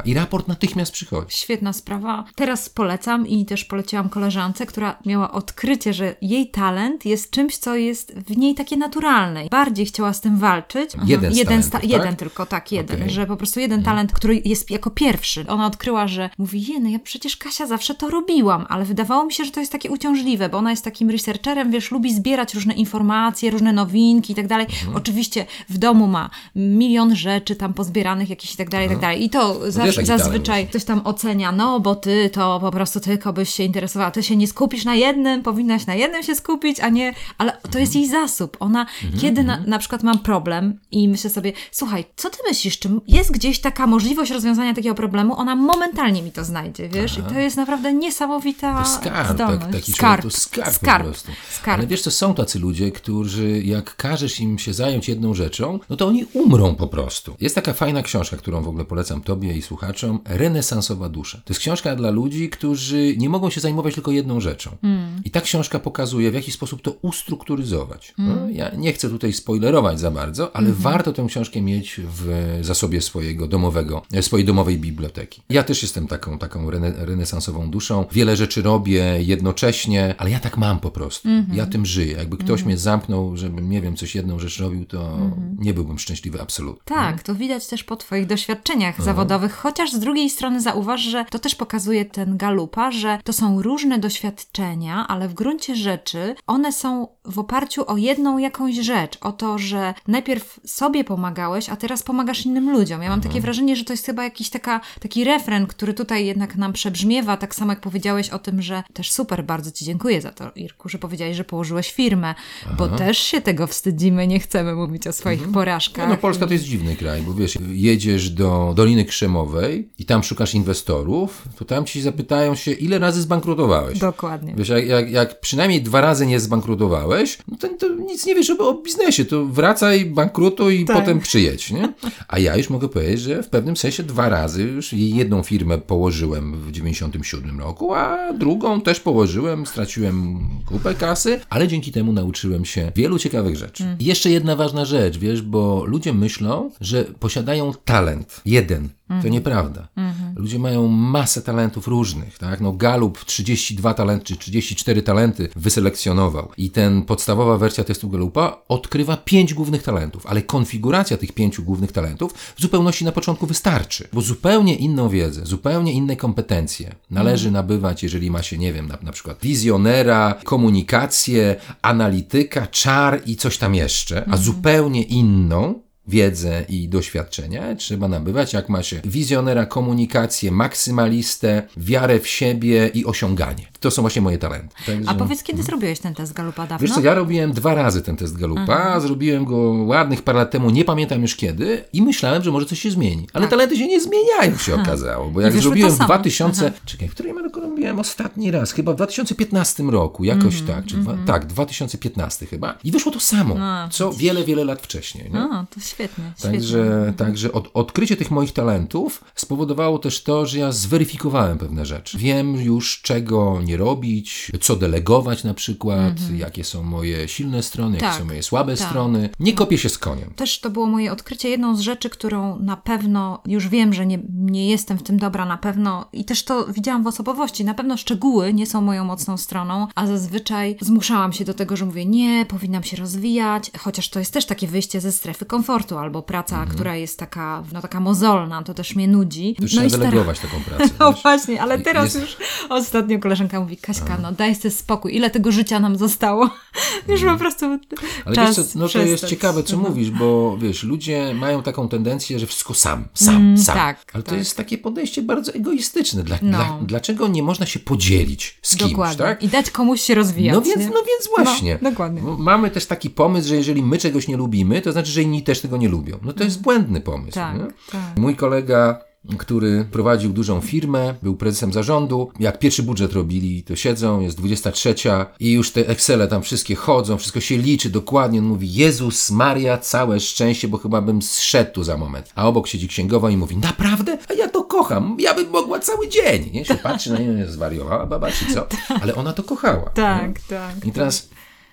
raport natychmiast przychodzi. Świetna sprawa. Teraz polecam i też poleciłam koleżance, która miała odkrycie, że jej talent jest czymś, co jest w niej takie naturalne. Bardziej chciała z tym walczyć. Jeden z jeden, talentów, sta- tak? jeden tylko, tak, jeden. Okay. Że po prostu jeden talent, który jest jako pierwszy. Ona odkryła, że mówi, jeny, ja przecież Kasia zawsze to robiłam, ale wydawało mi się, że to jest takie uciążliwe, bo ona jest takim researcherem, wiesz, lubi zbierać różne informacje, różne nowinki i tak dalej. Oczywiście w domu ma milion rzeczy tam pozbieranych jakichś i tak dalej, i tak dalej. I to za- zazwyczaj ktoś tam ocenia, no bo ty to po prostu tylko byś się interesowała, ty się nie skupisz na jednym, powinnaś na jednym się skupić, a nie, ale to jest jej zasób. Ona, kiedy na, na przykład mam problem i myślę sobie, słuchaj, co ty myślisz, czy jest gdzieś taka możliwość rozwiązania takiego problemu, ona momentalnie mi to znajdzie, wiesz? Aha. I to jest naprawdę niesamowita to skarb, zdolność. Tak, taki skarb, człowiek, to skarb, skarb po prostu. Skarb. Ale wiesz, to są tacy ludzie, którzy jak każesz im się zająć jedną rzeczą, no to oni umrą po prostu. Jest taka fajna książka, którą w ogóle polecam tobie i słuchaczom, Renesansowa dusza. To jest książka dla ludzi, którzy nie mogą się zajmować tylko jedną rzeczą. Mm. I ta książka pokazuje, w jaki sposób to ustrukturyzować. Mm. No, ja nie chcę tutaj spoilerować za bardzo, ale mm-hmm. warto tę książkę mieć w zasobie swojego domowego, swojej domowej biblioteki. Ja też jestem taką, taką rene, renesansową duszą. Wiele rzeczy robię jednocześnie, ale ja tak mam po prostu. Mm-hmm. Ja tym żyję. Jakby ktoś mm-hmm. mnie zamknął, żebym, nie wiem, coś jedną rzecz robił, to mm-hmm. nie byłbym szczęśliwy absolutnie. Tak, no? To widać też po twoich doświadczeniach no. zawodowych, chociaż z drugiej strony zauważ, że to też pokazuje ten Galupa, że to są różne doświadczenia, ale w gruncie rzeczy one są w oparciu o jedną jakąś rzecz. O to, że najpierw sobie pomagałeś, a teraz pomagasz innym ludziom. Ja mam takie wrażenie, że to jest chyba jakiś taka, taki refren, który tutaj jednak nam przebrzmiewa, tak samo jak powiedziałeś o tym, że też super, bardzo ci dziękuję za to, Irku, że powiedziałeś, że położyłeś firmę, Aha. bo też się tego wstydzimy, nie chcemy mówić o swoich mhm. porażkach. No, no Polska to jest dziwny kraj, bo wiesz, jedziesz do Doliny Krzemowej i tam szukasz inwestorów, to tam ci zapytają się, ile razy zbankrutowałeś. Dokładnie. Wiesz, jak, jak, jak przynajmniej dwa razy nie zbankrutowałeś, no to, to nic nie wiesz o, o biznesie, to wracaj, bankrutuj i tak. potem przyjedź, nie? A ja już mogę powiedzieć, że w pewnym sensie dwa razy już jedną firmę położyłem w dziewięćdziesiątym siódmym roku, a drugą też położyłem, straciłem kupę kasy, ale dzięki temu nauczyłem się wielu ciekawych rzeczy. Mm. I jeszcze jedna ważna rzecz, wiesz, bo ludzie myślą, że posiadają talent. Jeden. To nieprawda. Mm-hmm. Ludzie mają masę talentów różnych, tak? No Galup trzydzieści dwa talenty, czy trzydzieści cztery talenty wyselekcjonował i ten podstawowa wersja testu Galupa odkrywa pięć głównych talentów, ale konfiguracja tych pięciu głównych talentów w zupełności na początku wystarczy, bo zupełnie inną wiedzę, zupełnie inne kompetencje należy mm. nabywać, jeżeli ma się, nie wiem, na, na przykład wizjonera, komunikację, analityka, czar i coś tam jeszcze, mm. a zupełnie inną wiedzę i doświadczenia trzeba nabywać, jak ma się wizjonera, komunikację, maksymalistę, wiarę w siebie i osiąganie. To są właśnie moje talenty. Także... A powiedz, kiedy hmm. zrobiłeś ten test Galupa dawno? Wiesz co, ja robiłem dwa razy ten test Galupa, Aha. zrobiłem go ładnych parę lat temu, nie pamiętam już kiedy i myślałem, że może coś się zmieni. Ale tak. talenty się nie zmieniają, się Aha. okazało, bo jak zrobiłem w dwa tysiące... Czekaj, w którym roku robiłem ostatni raz? Chyba w dwa tysiące piętnastym roku, jakoś mm-hmm, tak. Czy mm-hmm. dwa... Tak, dwa tysiące piętnasty chyba. I wyszło to samo, no, co wiele, wiele lat wcześniej. Nie? No, to świetnie. Także, świetnie. także od, odkrycie tych moich talentów spowodowało też to, że ja zweryfikowałem pewne rzeczy. Wiem już, czego nie robić, co delegować na przykład, mm-hmm. jakie są moje silne strony, tak, jakie są moje słabe tak. strony. Nie kopię się z koniem. Też to było moje odkrycie. Jedną z rzeczy, którą na pewno, już wiem, że nie, nie jestem w tym dobra na pewno i też to widziałam w osobowości, na pewno szczegóły nie są moją mocną stroną, a zazwyczaj zmuszałam się do tego, że mówię, nie, powinnam się rozwijać, chociaż to jest też takie wyjście ze strefy komfortu, albo praca, mm-hmm. która jest taka, no taka mozolna, to też mnie nudzi. To no trzeba delegować taką pracę. No właśnie, ale teraz jest... już ostatnio koleżanka mówi, Kaśka, no daj sobie spokój, ile tego życia nam zostało? Już po prostu ale czas wiesz co, no to przestać. jest ciekawe, co mówisz, bo wiesz, ludzie mają taką tendencję, że wszystko sam, sam, mm, sam. Tak, ale to tak. jest takie podejście bardzo egoistyczne. Dla, no. dla, dlaczego nie można się podzielić z kimś, dokładnie. tak? I dać komuś się rozwijać. No więc, no więc właśnie. No, dokładnie. Mamy też taki pomysł, że jeżeli my czegoś nie lubimy, to znaczy, że inni też tego nie lubią. No to mm. jest błędny pomysł. Tak, nie? tak. Mój kolega, który prowadził dużą firmę, był prezesem zarządu. Jak pierwszy budżet robili, to siedzą, jest dwudziesta trzecia i już te Excele tam wszystkie chodzą, wszystko się liczy dokładnie. On mówi, Jezus Maria, całe szczęście, bo chyba bym zszedł tu za moment. A obok siedzi księgowa i mówi, naprawdę? A ja to kocham, ja bym mogła cały dzień. Nie? Się patrzy na nią, zwariowała baba, czy co? Ale ona to kochała. Tak, nie? tak. I teraz...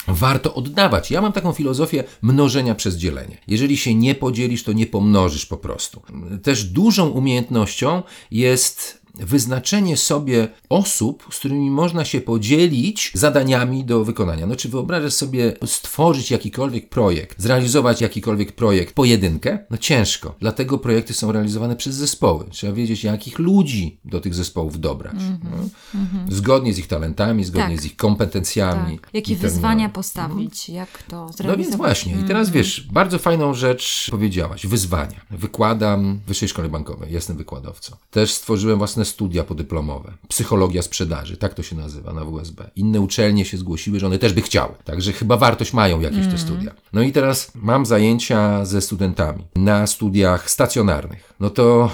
warto oddawać. Ja mam taką filozofię mnożenia przez dzielenie. Jeżeli się nie podzielisz, to nie pomnożysz po prostu. Też dużą umiejętnością jest wyznaczenie sobie osób, z którymi można się podzielić zadaniami do wykonania. No czy wyobrażasz sobie stworzyć jakikolwiek projekt, zrealizować jakikolwiek projekt pojedynkę? No ciężko. Dlatego projekty są realizowane przez zespoły. Trzeba wiedzieć, jakich ludzi do tych zespołów dobrać. Mm-hmm. No. Mm-hmm. Zgodnie z ich talentami, zgodnie tak. z ich kompetencjami. Tak. Jakie wyzwania postawić, mm-hmm. jak to zrealizować. No więc właśnie. I teraz mm-hmm. wiesz, bardzo fajną rzecz powiedziałaś. Wyzwania. Wykładam w Wyższej Szkole Bankowej. Jestem wykładowcą. Też stworzyłem własne studia podyplomowe. Psychologia sprzedaży, tak to się nazywa na W S B. Inne uczelnie się zgłosiły, że one też by chciały. Także chyba wartość mają jakieś mm. te studia. No i teraz mam zajęcia ze studentami na studiach stacjonarnych. No to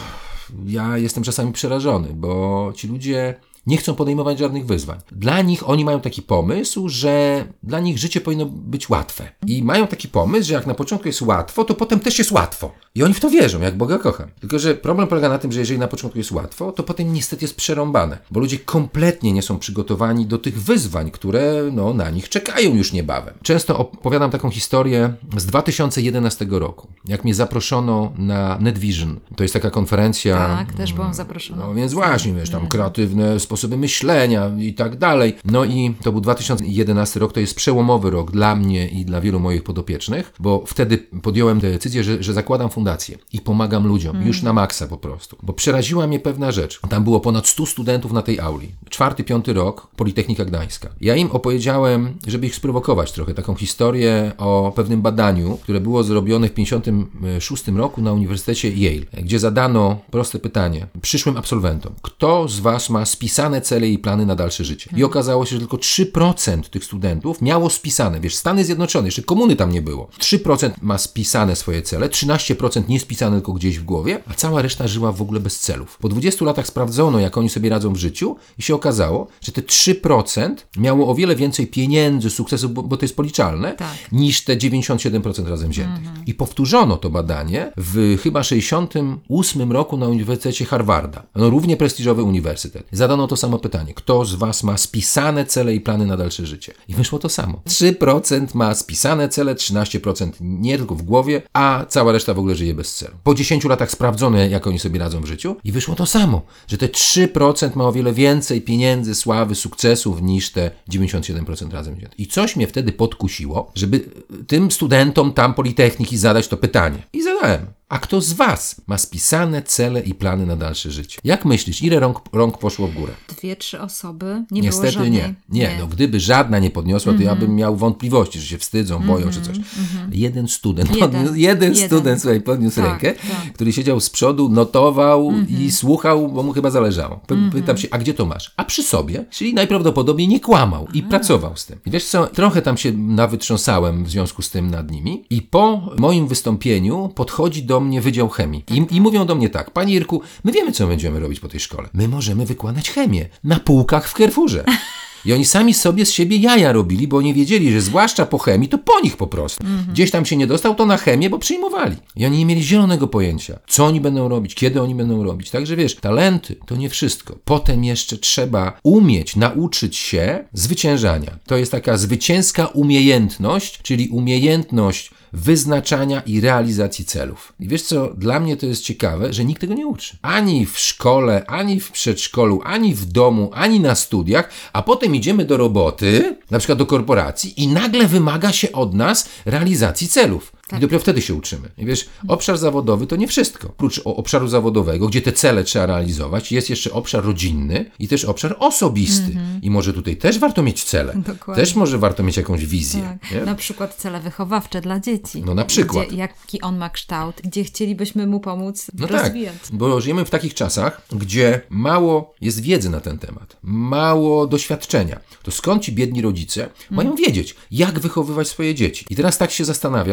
ja jestem czasami przerażony, bo ci ludzie nie chcą podejmować żadnych wyzwań. Dla nich, oni mają taki pomysł, że dla nich życie powinno być łatwe. I mają taki pomysł, że jak na początku jest łatwo, to potem też jest łatwo. I oni w to wierzą, jak Boga kocham. Tylko że problem polega na tym, że jeżeli na początku jest łatwo, to potem niestety jest przerąbane. Bo ludzie kompletnie nie są przygotowani do tych wyzwań, które no, na nich czekają już niebawem. Często opowiadam taką historię z dwa tysiące jedenastego roku. Jak mnie zaproszono na NetVision. To jest taka konferencja. Tak, też byłam zaproszona. No więc właśnie, wiesz, tam kreatywne sposoby myślenia i tak dalej. No i to był dwa tysiące jedenasty rok, to jest przełomowy rok dla mnie i dla wielu moich podopiecznych, bo wtedy podjąłem decyzję, że, że zakładam fundację i pomagam ludziom, mm. już na maksa po prostu. Bo przeraziła mnie pewna rzecz. Tam było ponad stu studentów na tej auli. Czwarty, piąty rok, Politechnika Gdańska. Ja im opowiedziałem, żeby ich sprowokować trochę, taką historię o pewnym badaniu, które było zrobione w pięćdziesiątym szóstym roku na Uniwersytecie Yale, gdzie zadano proste pytanie przyszłym absolwentom. Kto z was ma spisane cele i plany na dalsze życie? I okazało się, że tylko trzy procent tych studentów miało spisane. Wiesz, Stany Zjednoczone, jeszcze komuny tam nie było. trzy procent ma spisane swoje cele, trzynaście procent nie spisane, tylko gdzieś w głowie, a cała reszta żyła w ogóle bez celów. Po dwudziestu latach sprawdzono, jak oni sobie radzą w życiu i się okazało, że te trzy procent miało o wiele więcej pieniędzy, sukcesów, bo, bo to jest policzalne, tak. niż te dziewięćdziesiąt siedem procent razem wziętych. Mhm. I powtórzono to badanie w chyba sześćdziesiątym ósmym roku na Uniwersytecie Harvarda. No równie prestiżowy uniwersytet. Zadano to samo pytanie. Kto z was ma spisane cele i plany na dalsze życie? I wyszło to samo. trzy procent ma spisane cele, trzynaście procent nie tylko w głowie, a cała reszta w ogóle żyje bez celu. Po dziesięciu latach sprawdzono, jak oni sobie radzą w życiu i wyszło to samo, że te trzy procent ma o wiele więcej pieniędzy, sławy, sukcesów niż te dziewięćdziesiąt siedem procent razem wzięte. I coś mnie wtedy podkusiło, żeby tym studentom tam Politechniki zadać to pytanie. I zadałem. A kto z was ma spisane cele i plany na dalsze życie? Jak myślisz, ile rąk, rąk poszło w górę? Dwie, trzy osoby. Nie Niestety było żadnej. nie. nie. Nie, no gdyby żadna nie podniosła, to mm-hmm. ja bym miał wątpliwości, że się wstydzą, mm-hmm. boją czy coś. Mm-hmm. Jeden student, jeden, podniósł, jeden, jeden student słuchaj, podniósł tak, rękę, tak. który siedział z przodu, notował mm-hmm. i słuchał, bo mu chyba zależało. Py- mm-hmm. Pytam się, a gdzie to masz? A przy sobie, czyli najprawdopodobniej nie kłamał i a. pracował z tym. I wiesz co, trochę tam się nawytrząsałem w związku z tym nad nimi i po moim wystąpieniu podchodzi do mnie Wydział Chemii. I, I mówią do mnie tak, panie Irku, my wiemy, co będziemy robić po tej szkole. My możemy wykładać chemię na półkach w Carrefourze. I oni sami sobie z siebie jaja robili, bo oni wiedzieli, że zwłaszcza po chemii, to po nich po prostu. Mm-hmm. Gdzieś tam się nie dostał, to na chemię, bo przyjmowali. I oni nie mieli zielonego pojęcia, co oni będą robić, kiedy oni będą robić. Także wiesz, talenty to nie wszystko. Potem jeszcze trzeba umieć, nauczyć się zwyciężania. To jest taka zwycięska umiejętność, czyli umiejętność wyznaczania i realizacji celów. I wiesz co, dla mnie to jest ciekawe, że nikt tego nie uczy. Ani w szkole, ani w przedszkolu, ani w domu, ani na studiach, a potem idziemy do roboty, na przykład do korporacji i nagle wymaga się od nas realizacji celów. Tak. I dopiero wtedy się uczymy. I wiesz, obszar zawodowy to nie wszystko. Oprócz obszaru zawodowego, gdzie te cele trzeba realizować, jest jeszcze obszar rodzinny i też obszar osobisty. Mm-hmm. I może tutaj też warto mieć cele. Dokładnie. Też może warto mieć jakąś wizję. Tak. Na przykład cele wychowawcze dla dzieci. No na przykład. Gdzie, jaki on ma kształt, gdzie chcielibyśmy mu pomóc no rozwijać. Tak, bo żyjemy w takich czasach, gdzie mało jest wiedzy na ten temat. Mało doświadczenia. To skąd ci biedni rodzice mm. mają wiedzieć, jak wychowywać swoje dzieci? I teraz tak się zastanawiam, bo ja tu też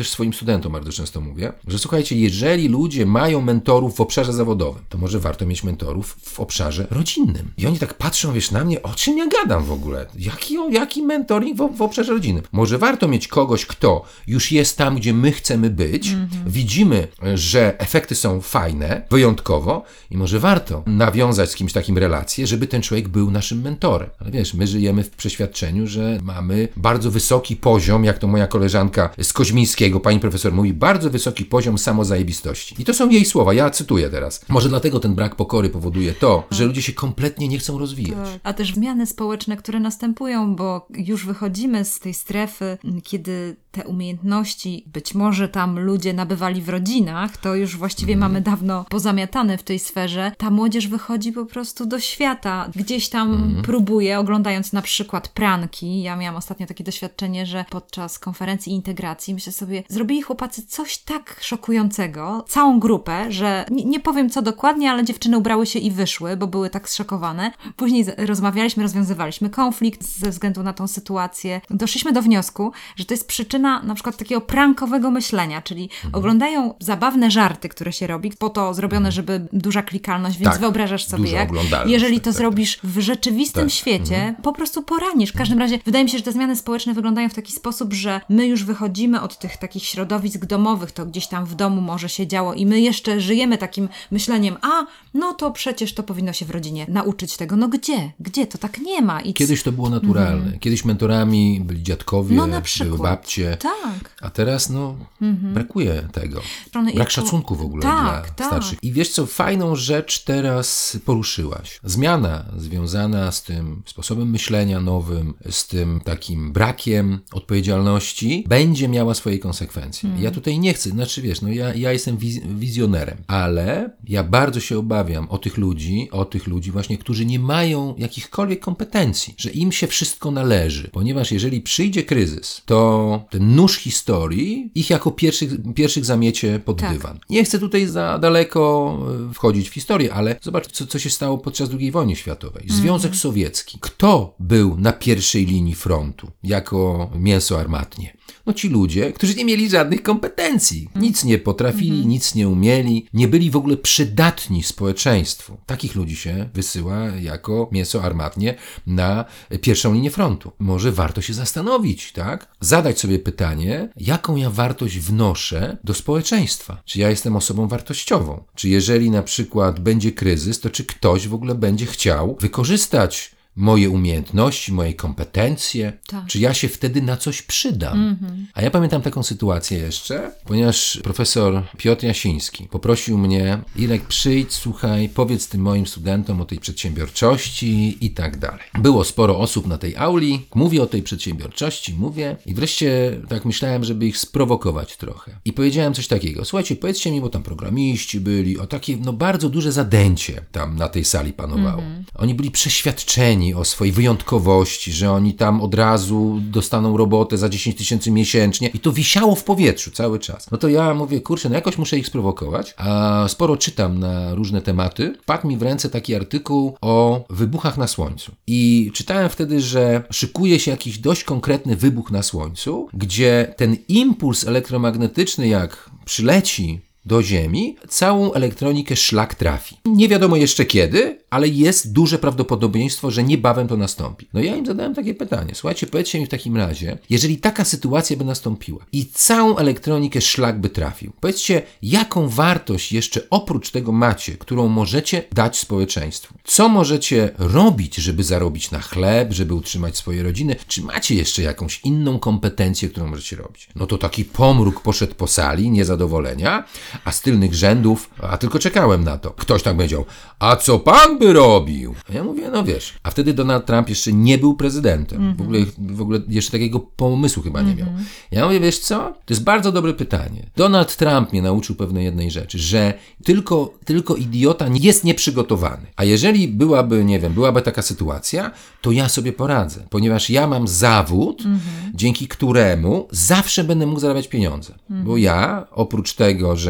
też swoim studentom bardzo często mówię, że słuchajcie, jeżeli ludzie mają mentorów w obszarze zawodowym, to może warto mieć mentorów w obszarze rodzinnym. I oni tak patrzą, wiesz, na mnie, o czym ja gadam w ogóle? Jaki, jaki mentoring w, w obszarze rodzinnym? Może warto mieć kogoś, kto już jest tam, gdzie my chcemy być, mm-hmm. widzimy, że efekty są fajne, wyjątkowo i może warto nawiązać z kimś takim relację, żeby ten człowiek był naszym mentorem. Ale wiesz, my żyjemy w przeświadczeniu, że mamy bardzo wysoki poziom, jak to moja koleżanka z Koźmińskiego, pani profesor mówi, bardzo wysoki poziom samozajebistości. I to są jej słowa, ja cytuję teraz. Może dlatego ten brak pokory powoduje to, że ludzie się kompletnie nie chcą rozwijać. A też zmiany społeczne, które następują, bo już wychodzimy z tej strefy, kiedy te umiejętności być może tam ludzie nabywali w rodzinach, to już właściwie mm. mamy dawno pozamiatane w tej sferze. Ta młodzież wychodzi po prostu do świata. Gdzieś tam mm. próbuje, oglądając na przykład pranki. Ja miałam ostatnio takie doświadczenie, że podczas konferencji integracji, myślę sobie, zrobili chłopacy coś tak szokującego, całą grupę, że nie, nie powiem co dokładnie, ale dziewczyny ubrały się i wyszły, bo były tak zszokowane. Później rozmawialiśmy, rozwiązywaliśmy konflikt ze względu na tą sytuację. Doszliśmy do wniosku, że to jest przyczyna na przykład takiego prankowego myślenia, czyli mhm. oglądają zabawne żarty, które się robi, po to zrobione, żeby duża klikalność, więc tak, wyobrażasz sobie, jak jeżeli to tak, zrobisz tak. w rzeczywistym tak. świecie, mhm. po prostu poranisz. W każdym razie wydaje mi się, że te zmiany społeczne wyglądają w taki sposób, że my już wychodzimy od tych takich środowisk domowych, to gdzieś tam w domu może się działo i my jeszcze żyjemy takim myśleniem, a no to przecież to powinno się w rodzinie nauczyć tego. No gdzie? Gdzie? To tak nie ma. I Kiedyś to było naturalne. Mhm. Kiedyś mentorami byli dziadkowie, no, na przykład. były babcie. Tak. A teraz no mhm. brakuje tego. Strony Brak i... szacunku w ogóle tak, dla tak. starszych. I wiesz co, fajną rzecz teraz poruszyłaś. Zmiana związana z tym sposobem myślenia nowym, z tym takim brakiem odpowiedzialności będzie miała swoje konsekwencje. Mhm. Ja tutaj nie chcę, znaczy wiesz, no ja, ja jestem wiz- wizjonerem, ale ja bardzo się obawiam o tych ludzi, o tych ludzi właśnie, którzy nie mają jakichkolwiek kompetencji, że im się wszystko należy, ponieważ jeżeli przyjdzie kryzys, to ten nóż historii ich jako pierwszych, pierwszych zamiecie pod tak. dywan. Nie chcę tutaj za daleko wchodzić w historię, ale zobacz, co, co się stało podczas drugiej wojny światowej. Związek mm. Sowiecki. Kto był na pierwszej linii frontu jako mięso armatnie? No ci ludzie, którzy nie mieli żadnych kompetencji. Nic nie potrafili, mm-hmm. nic nie umieli, nie byli w ogóle przydatni społeczeństwu. Takich ludzi się wysyła jako mięso armatnie na pierwszą linię frontu. Może warto się zastanowić, tak? Zadać sobie pytanie, jaką ja wartość wnoszę do społeczeństwa? Czy ja jestem osobą wartościową? Czy jeżeli na przykład będzie kryzys, to czy ktoś w ogóle będzie chciał wykorzystać moje umiejętności, moje kompetencje, tak. czy ja się wtedy na coś przydam. Mm-hmm. A ja pamiętam taką sytuację jeszcze, ponieważ profesor Piotr Jasiński poprosił mnie, Irek, przyjdź, słuchaj, powiedz tym moim studentom o tej przedsiębiorczości i tak dalej. Było sporo osób na tej auli, mówię o tej przedsiębiorczości, mówię i wreszcie tak myślałem, żeby ich sprowokować trochę. I powiedziałem coś takiego, słuchajcie, powiedzcie mi, bo tam programiści byli, o takie no bardzo duże zadęcie tam na tej sali panowało. Mm-hmm. Oni byli przeświadczeni o swojej wyjątkowości, że oni tam od razu dostaną robotę za dziesięć tysięcy miesięcznie i to wisiało w powietrzu cały czas. No to ja mówię, kurczę, no jakoś muszę ich sprowokować, a sporo czytam na różne tematy. Wpadł mi w ręce taki artykuł o wybuchach na Słońcu. I czytałem wtedy, że szykuje się jakiś dość konkretny wybuch na Słońcu, gdzie ten impuls elektromagnetyczny jak przyleci do Ziemi, całą elektronikę szlak trafi. Nie wiadomo jeszcze kiedy, ale jest duże prawdopodobieństwo, że niebawem to nastąpi. No ja im zadałem takie pytanie. Słuchajcie, powiedzcie mi w takim razie, jeżeli taka sytuacja by nastąpiła i całą elektronikę szlak by trafił, powiedzcie, jaką wartość jeszcze oprócz tego macie, którą możecie dać społeczeństwu? Co możecie robić, żeby zarobić na chleb, żeby utrzymać swoje rodziny? Czy macie jeszcze jakąś inną kompetencję, którą możecie robić? No to taki pomruk poszedł po sali, niezadowolenia, a z tylnych rzędów, a tylko czekałem na to. Ktoś tak powiedział, a co pan by robił? A ja mówię, no wiesz. A wtedy Donald Trump jeszcze nie był prezydentem. Mm-hmm. W ogóle, w ogóle jeszcze takiego pomysłu chyba nie miał. Mm-hmm. Ja mówię, wiesz co? To jest bardzo dobre pytanie. Donald Trump mnie nauczył pewnej jednej rzeczy, że tylko, tylko idiota jest nieprzygotowany. A jeżeli byłaby, nie wiem, byłaby taka sytuacja, to ja sobie poradzę. Ponieważ ja mam zawód, mm-hmm. dzięki któremu zawsze będę mógł zarabiać pieniądze. Mm-hmm. Bo ja, oprócz tego, że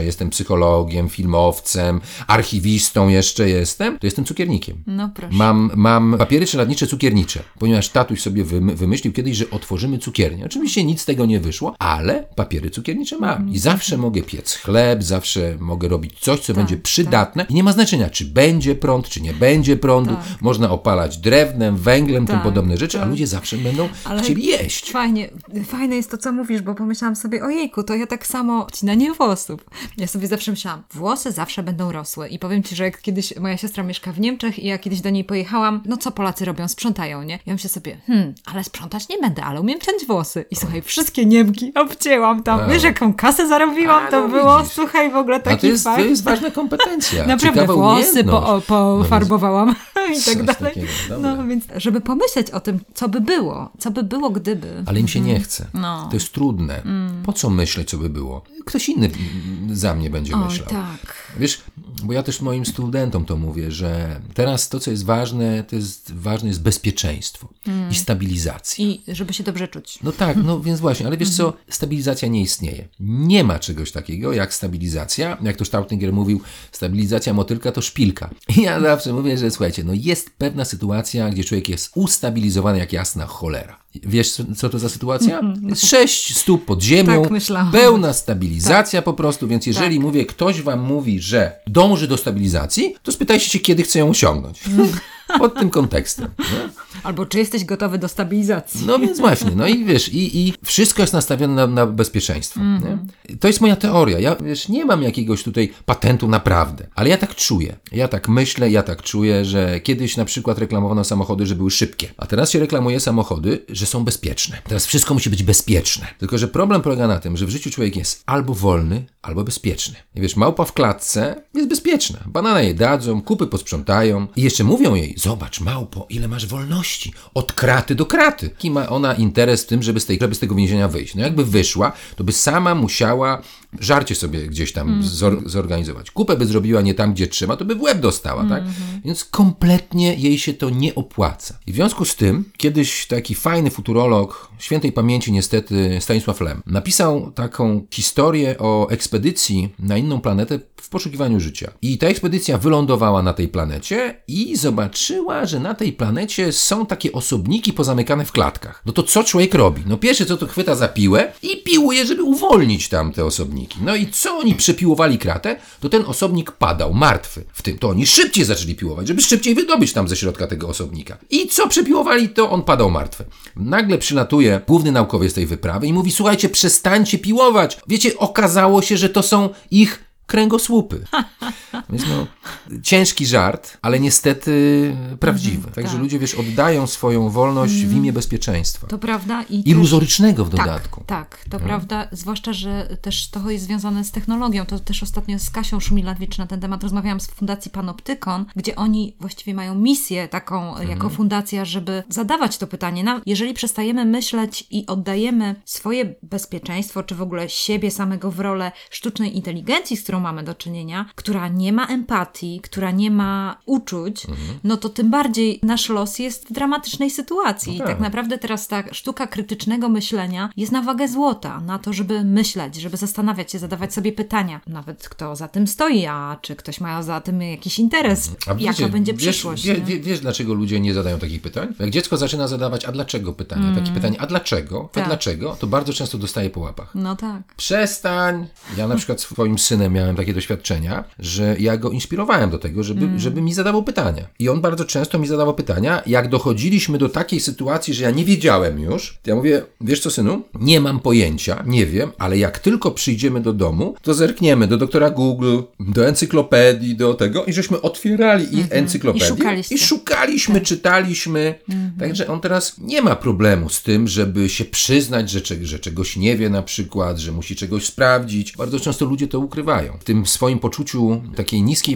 jestem psychologiem, filmowcem, archiwistą jeszcze jestem, to jestem cukiernikiem. No proszę. Mam, mam papiery czeladnicze cukiernicze, ponieważ tatuś sobie wymy- wymyślił kiedyś, że otworzymy cukiernię. Oczywiście nic z tego nie wyszło, ale papiery cukiernicze mam. I zawsze mogę piec chleb, zawsze mogę robić coś, co tak, będzie przydatne. I nie ma znaczenia, czy będzie prąd, czy nie będzie prądu. Tak. Można opalać drewnem, węglem, Tak, tym podobne rzeczy, tak. a ludzie zawsze będą Ale chcieli jeść. Fajnie, fajne jest to, co mówisz, bo pomyślałam sobie, ojejku, to ja tak samo odcinanie włosów. Ja sobie zawsze myślałam, włosy zawsze będą rosły. I powiem Ci, że jak kiedyś moja siostra mieszka w Niemczech i ja kiedyś do niej pojechałam, no co Polacy robią? Sprzątają, nie? Ja myślę sobie, hmm, ale sprzątać nie będę, ale umiem ciąć włosy. I słuchaj, wszystkie Niemki obcięłam tam. A. Wiesz, jaką kasę zarobiłam? A, to no było, widzisz. słuchaj, w ogóle A taki to jest, fakt. to jest ważna kompetencja. Naprawdę Ciekawa włosy umiejętność. po, pofarbowałam i Coś tak dalej. takiego, dobra. No więc, żeby pomyśleć o tym, co by było, co by było, gdyby. Ale im się nie chce. No. To jest trudne. Po co myśleć, co by było? Ktoś inny za mnie będzie Oj, myślał. tak. Wiesz, bo ja też moim studentom to mówię, że teraz to, co jest ważne, to jest ważne jest bezpieczeństwo i stabilizacja. I żeby się dobrze czuć. No tak, no więc właśnie, ale wiesz co, stabilizacja nie istnieje. Nie ma czegoś takiego jak stabilizacja. Jak to Staudinger mówił, stabilizacja motylka to szpilka. I ja zawsze mówię, że słuchajcie, no jest pewna sytuacja, gdzie człowiek jest ustabilizowany jak jasna cholera. Wiesz, co, co to za sytuacja? Jest sześć stóp pod ziemią, Tak myślałam. pełna stabilizacja po prostu, więc jeżeli Tak. mówię, ktoś wam mówi, że dąży do stabilizacji, to spytajcie się, kiedy chce ją osiągnąć. Pod tym kontekstem. Nie? Albo czy jesteś gotowy do stabilizacji. No więc właśnie, no i wiesz, i, i wszystko jest nastawione na, na bezpieczeństwo. Nie? To jest moja teoria. Ja wiesz, nie mam jakiegoś tutaj patentu naprawdę, ale ja tak czuję. Ja tak myślę, ja tak czuję, że kiedyś na przykład reklamowano samochody, że były szybkie, a teraz się reklamuje samochody, że są bezpieczne. Teraz wszystko musi być bezpieczne. Tylko że problem polega na tym, że w życiu człowiek jest albo wolny, albo bezpieczny. I wiesz, małpa w klatce jest bezpieczna. Banana jej dadzą, kupy posprzątają i jeszcze mówią jej, zobacz małpo, ile masz wolności. Od kraty do kraty. Jaki ma ona interes w tym, żeby z, tej, żeby z tego więzienia wyjść? No jakby wyszła, to by sama musiała żarcie sobie gdzieś tam mm. zor- zorganizować. Kupę by zrobiła nie tam, gdzie trzeba, to by w łeb dostała, mm-hmm. tak? Więc kompletnie jej się to nie opłaca. I w związku z tym, kiedyś taki fajny futurolog, świętej pamięci niestety Stanisław Lem, napisał taką historię o ekspedycji na inną planetę w poszukiwaniu życia. I ta ekspedycja wylądowała na tej planecie i zobaczyła, że na tej planecie są takie osobniki pozamykane w klatkach. No to co człowiek robi? No pierwsze co to chwyta za piłę i piłuje, żeby uwolnić tam te osobniki. No i co oni przepiłowali kratę, to ten osobnik padał martwy. W tym to oni szybciej zaczęli piłować, żeby szybciej wydobyć tam ze środka tego osobnika. I co przepiłowali, to on padał martwy. Nagle przylatuje główny naukowiec tej wyprawy i mówi, słuchajcie, przestańcie piłować. Wiecie, okazało się, że to są ich kręgosłupy. Więc no, ciężki żart, ale niestety prawdziwy. Także tak. ludzie, wiesz, oddają swoją wolność w imię bezpieczeństwa. To prawda. I iluzorycznego w też, dodatku. Tak, tak, to no. prawda. Zwłaszcza, że też to jest związane z technologią. To też ostatnio z Kasią Szumiladwicz na ten temat rozmawiałam z Fundacji Panoptykon, gdzie oni właściwie mają misję taką mhm. jako fundacja, żeby zadawać to pytanie. No, jeżeli przestajemy myśleć i oddajemy swoje bezpieczeństwo, czy w ogóle siebie samego w rolę sztucznej inteligencji, z którą mamy do czynienia, która nie ma empatii, która nie ma uczuć, mhm. no to tym bardziej nasz los jest w dramatycznej sytuacji. I tak. tak naprawdę teraz ta sztuka krytycznego myślenia jest na wagę złota, na to, żeby myśleć, żeby zastanawiać się, zadawać sobie pytania. Nawet kto za tym stoi, a czy ktoś ma za tym jakiś interes, a jaka wiecie, będzie wiesz, przyszłość. Wie, wie, wiesz, dlaczego ludzie nie zadają takich pytań? Jak dziecko zaczyna zadawać, a dlaczego pytanie? Mm. Takie pytanie, a dlaczego? Tak. A dlaczego? To bardzo często dostaje po łapach. No tak. Przestań! Ja na przykład swoim synem miałem takie doświadczenia, że ja go inspirowałem do tego, żeby, mm. żeby mi zadawał pytania. I on bardzo często mi zadawał pytania. Jak dochodziliśmy do takiej sytuacji, że ja nie wiedziałem już, to ja mówię, wiesz co, synu? Nie mam pojęcia, nie wiem, ale jak tylko przyjdziemy do domu, to zerkniemy do doktora Google, do encyklopedii, do tego i żeśmy otwierali mm-hmm. ich encyklopedię i, szukaliście. i szukaliśmy, tak. czytaliśmy. Mm-hmm. Także on teraz nie ma problemu z tym, żeby się przyznać, że, że czegoś nie wie na przykład, że musi czegoś sprawdzić. Bardzo często ludzie to ukrywają. W tym swoim poczuciu takiej niskiej wartości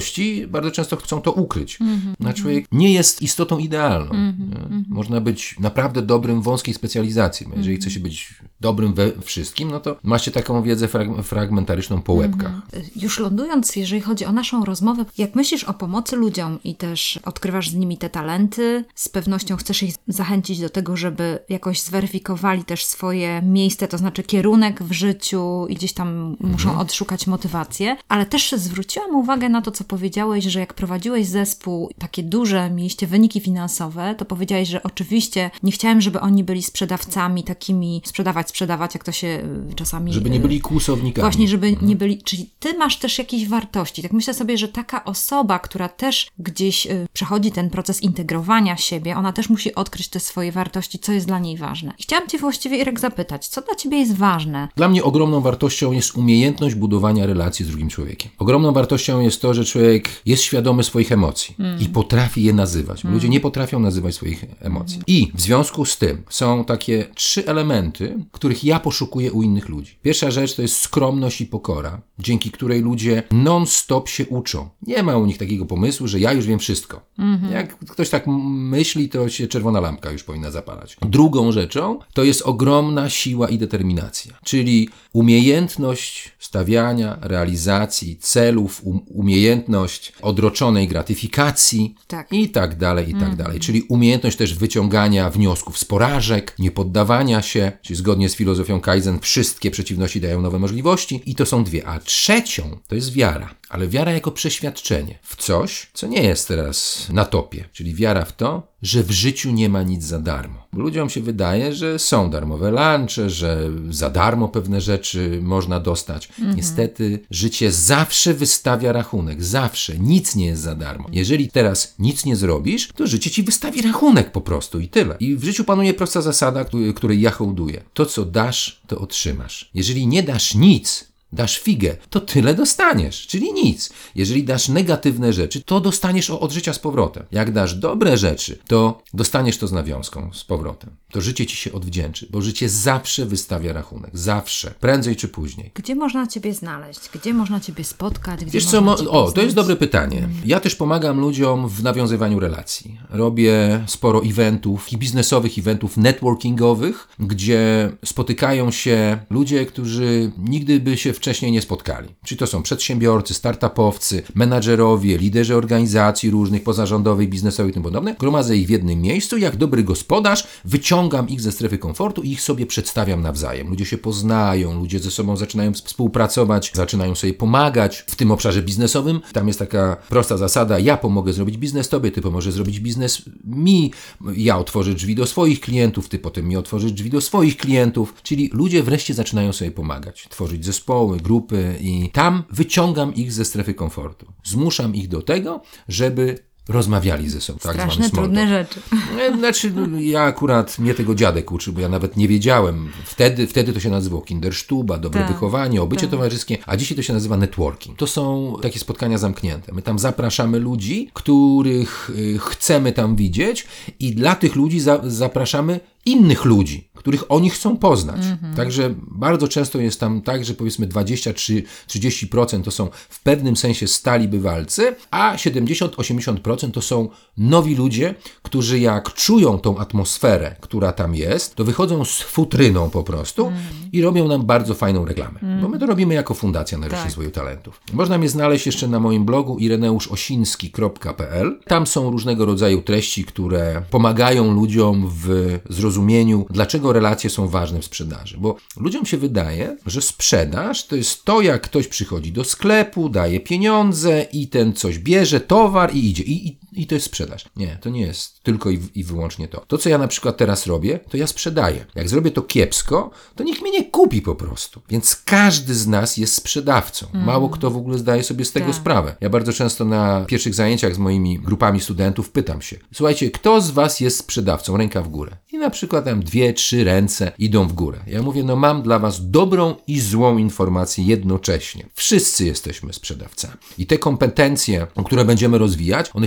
wartości, bardzo często chcą to ukryć. Mm-hmm. A człowiek nie jest istotą idealną. Mm-hmm. Można być naprawdę dobrym w wąskiej specjalizacji. Jeżeli mm-hmm. chce się być dobrym we wszystkim, no to ma się taką wiedzę frag- fragmentaryczną po łebkach. Mm-hmm. Już lądując, jeżeli chodzi o naszą rozmowę, jak myślisz o pomocy ludziom i też odkrywasz z nimi te talenty, z pewnością chcesz ich zachęcić do tego, żeby jakoś zweryfikowali też swoje miejsce, to znaczy kierunek w życiu i gdzieś tam muszą mhm. odszukać motywację, ale też zwróciłam uwagę na to, co powiedziałeś, że jak prowadziłeś zespół, takie duże, mieliście wyniki finansowe, to powiedziałeś, że oczywiście nie chciałem, żeby oni byli sprzedawcami takimi, sprzedawać, sprzedawać, jak to się czasami... Żeby nie byli kłusownikami. Właśnie, żeby mhm. nie byli... Czyli ty masz też jakieś wartości. Tak myślę sobie, że taka osoba, która też gdzieś y, przechodzi ten proces integrowania siebie, ona też musi odkryć te swoje wartości, co jest dla niej ważne. I chciałam cię właściwie, Irek, zapytać, co dla ciebie jest ważne? Dla mnie ogromną wartością jest umiejętność budowania relacji z drugim człowiekiem. Ogromną wartością jest to, że człowiek jest świadomy swoich emocji mm. i potrafi je nazywać. Mm. Ludzie nie potrafią nazywać swoich emocji. Mm. I w związku z tym są takie trzy elementy, których ja poszukuję u innych ludzi. Pierwsza rzecz to jest skromność i pokora, dzięki której ludzie non-stop się uczą. Nie ma u nich takiego pomysłu, że ja już wiem wszystko. Mm-hmm. Jak ktoś tak myśli, to się czerwona lampka już powinna zapalać. Drugą rzeczą to jest ogromna siła i determinacja, czyli umiejętność stawiania, realizacji celów, um, umiejętność odroczonej gratyfikacji tak. i tak dalej, i tak mm. dalej. Czyli umiejętność też wyciągania wniosków z porażek, nie poddawania się, czyli zgodnie z filozofią Kaizen wszystkie przeciwności dają nowe możliwości i to są dwie. A trzecią to jest wiara, ale wiara jako przeświadczenie w coś, co nie jest teraz na topie, czyli wiara w to, że w życiu nie ma nic za darmo. Bo ludziom się wydaje, że są darmowe lunche, że za darmo pewne rzeczy można dostać. Mhm. Niestety życie zawsze wystawia rachunek. Zawsze. Nic nie jest za darmo. Jeżeli teraz nic nie zrobisz, to życie ci wystawi rachunek po prostu i tyle. I w życiu panuje prosta zasada, której ja hołduję. To, co dasz, to otrzymasz. Jeżeli nie dasz nic, dasz figę, to tyle dostaniesz, czyli nic. Jeżeli dasz negatywne rzeczy, to dostaniesz od życia z powrotem. Jak dasz dobre rzeczy, to dostaniesz to z nawiązką z powrotem. To życie ci się odwdzięczy, bo życie zawsze wystawia rachunek. Zawsze. Prędzej czy później. Gdzie można ciebie znaleźć? Gdzie można ciebie spotkać? Gdzie Wiesz można co, mo- ciebie o, znać? to jest dobre pytanie. Ja też pomagam ludziom w nawiązywaniu relacji. Robię sporo eventów, i biznesowych eventów networkingowych, gdzie spotykają się ludzie, którzy nigdy by się wcześniej nie spotkali. Czyli to są przedsiębiorcy, startupowcy, menadżerowie, liderzy organizacji różnych, pozarządowych, biznesowych i tym podobne. Gromadzę ich w jednym miejscu, jak dobry gospodarz wyciągam ich ze strefy komfortu i ich sobie przedstawiam nawzajem. Ludzie się poznają, ludzie ze sobą zaczynają współpracować, zaczynają sobie pomagać w tym obszarze biznesowym. Tam jest taka prosta zasada, ja pomogę zrobić biznes tobie, ty pomożesz zrobić biznes mi, ja otworzę drzwi do swoich klientów, ty potem mi otworzysz drzwi do swoich klientów. Czyli ludzie wreszcie zaczynają sobie pomagać, tworzyć zespoły, grupy i tam wyciągam ich ze strefy komfortu. Zmuszam ich do tego, żeby rozmawiali ze sobą. Straszne, tak trudne rzeczy. Znaczy, ja akurat, mnie tego dziadek uczył, bo ja nawet nie wiedziałem. Wtedy, wtedy to się nazywało Kinderstuba, dobre tak, wychowanie, obycie tak. towarzyskie, a dzisiaj to się nazywa networking. To są takie spotkania zamknięte. My tam zapraszamy ludzi, których y, chcemy tam widzieć i dla tych ludzi za, zapraszamy innych ludzi, których oni chcą poznać. Mm-hmm. Także bardzo często jest tam tak, że powiedzmy dwadzieścia do trzydziestu procent to są w pewnym sensie stali bywalcy, a siedemdziesiąt do osiemdziesięciu procent to są nowi ludzie, którzy jak czują tą atmosferę, która tam jest, to wychodzą z futryną po prostu mm. i robią nam bardzo fajną reklamę. Mm. Bo my to robimy jako Fundacja na Rzecz tak. Rozwoju Talentów. Można mnie znaleźć jeszcze na moim blogu ireneusz osiński kropka p l. Tam są różnego rodzaju treści, które pomagają ludziom w zrozumieniu, dlaczego relacje są ważne w sprzedaży. Bo ludziom się wydaje, że sprzedaż to jest to, jak ktoś przychodzi do sklepu, daje pieniądze i ten coś bierze, towar i idzie. I, i, i to jest sprzedaż. Nie, to nie jest tylko i, i wyłącznie to. To, co ja na przykład teraz robię, to ja sprzedaję. Jak zrobię to kiepsko, to nikt mnie nie kupi po prostu. Więc każdy z nas jest sprzedawcą. Mm. Mało kto w ogóle zdaje sobie z tego tak. sprawę. Ja bardzo często na pierwszych zajęciach z moimi grupami studentów pytam się, słuchajcie, kto z was jest sprzedawcą? Ręka w górę. I na przykład tam dwie, trzy ręce idą w górę. Ja mówię, no mam dla was dobrą i złą informację jednocześnie. Wszyscy jesteśmy sprzedawcami. I te kompetencje, które będziemy rozwijać, one się bardzo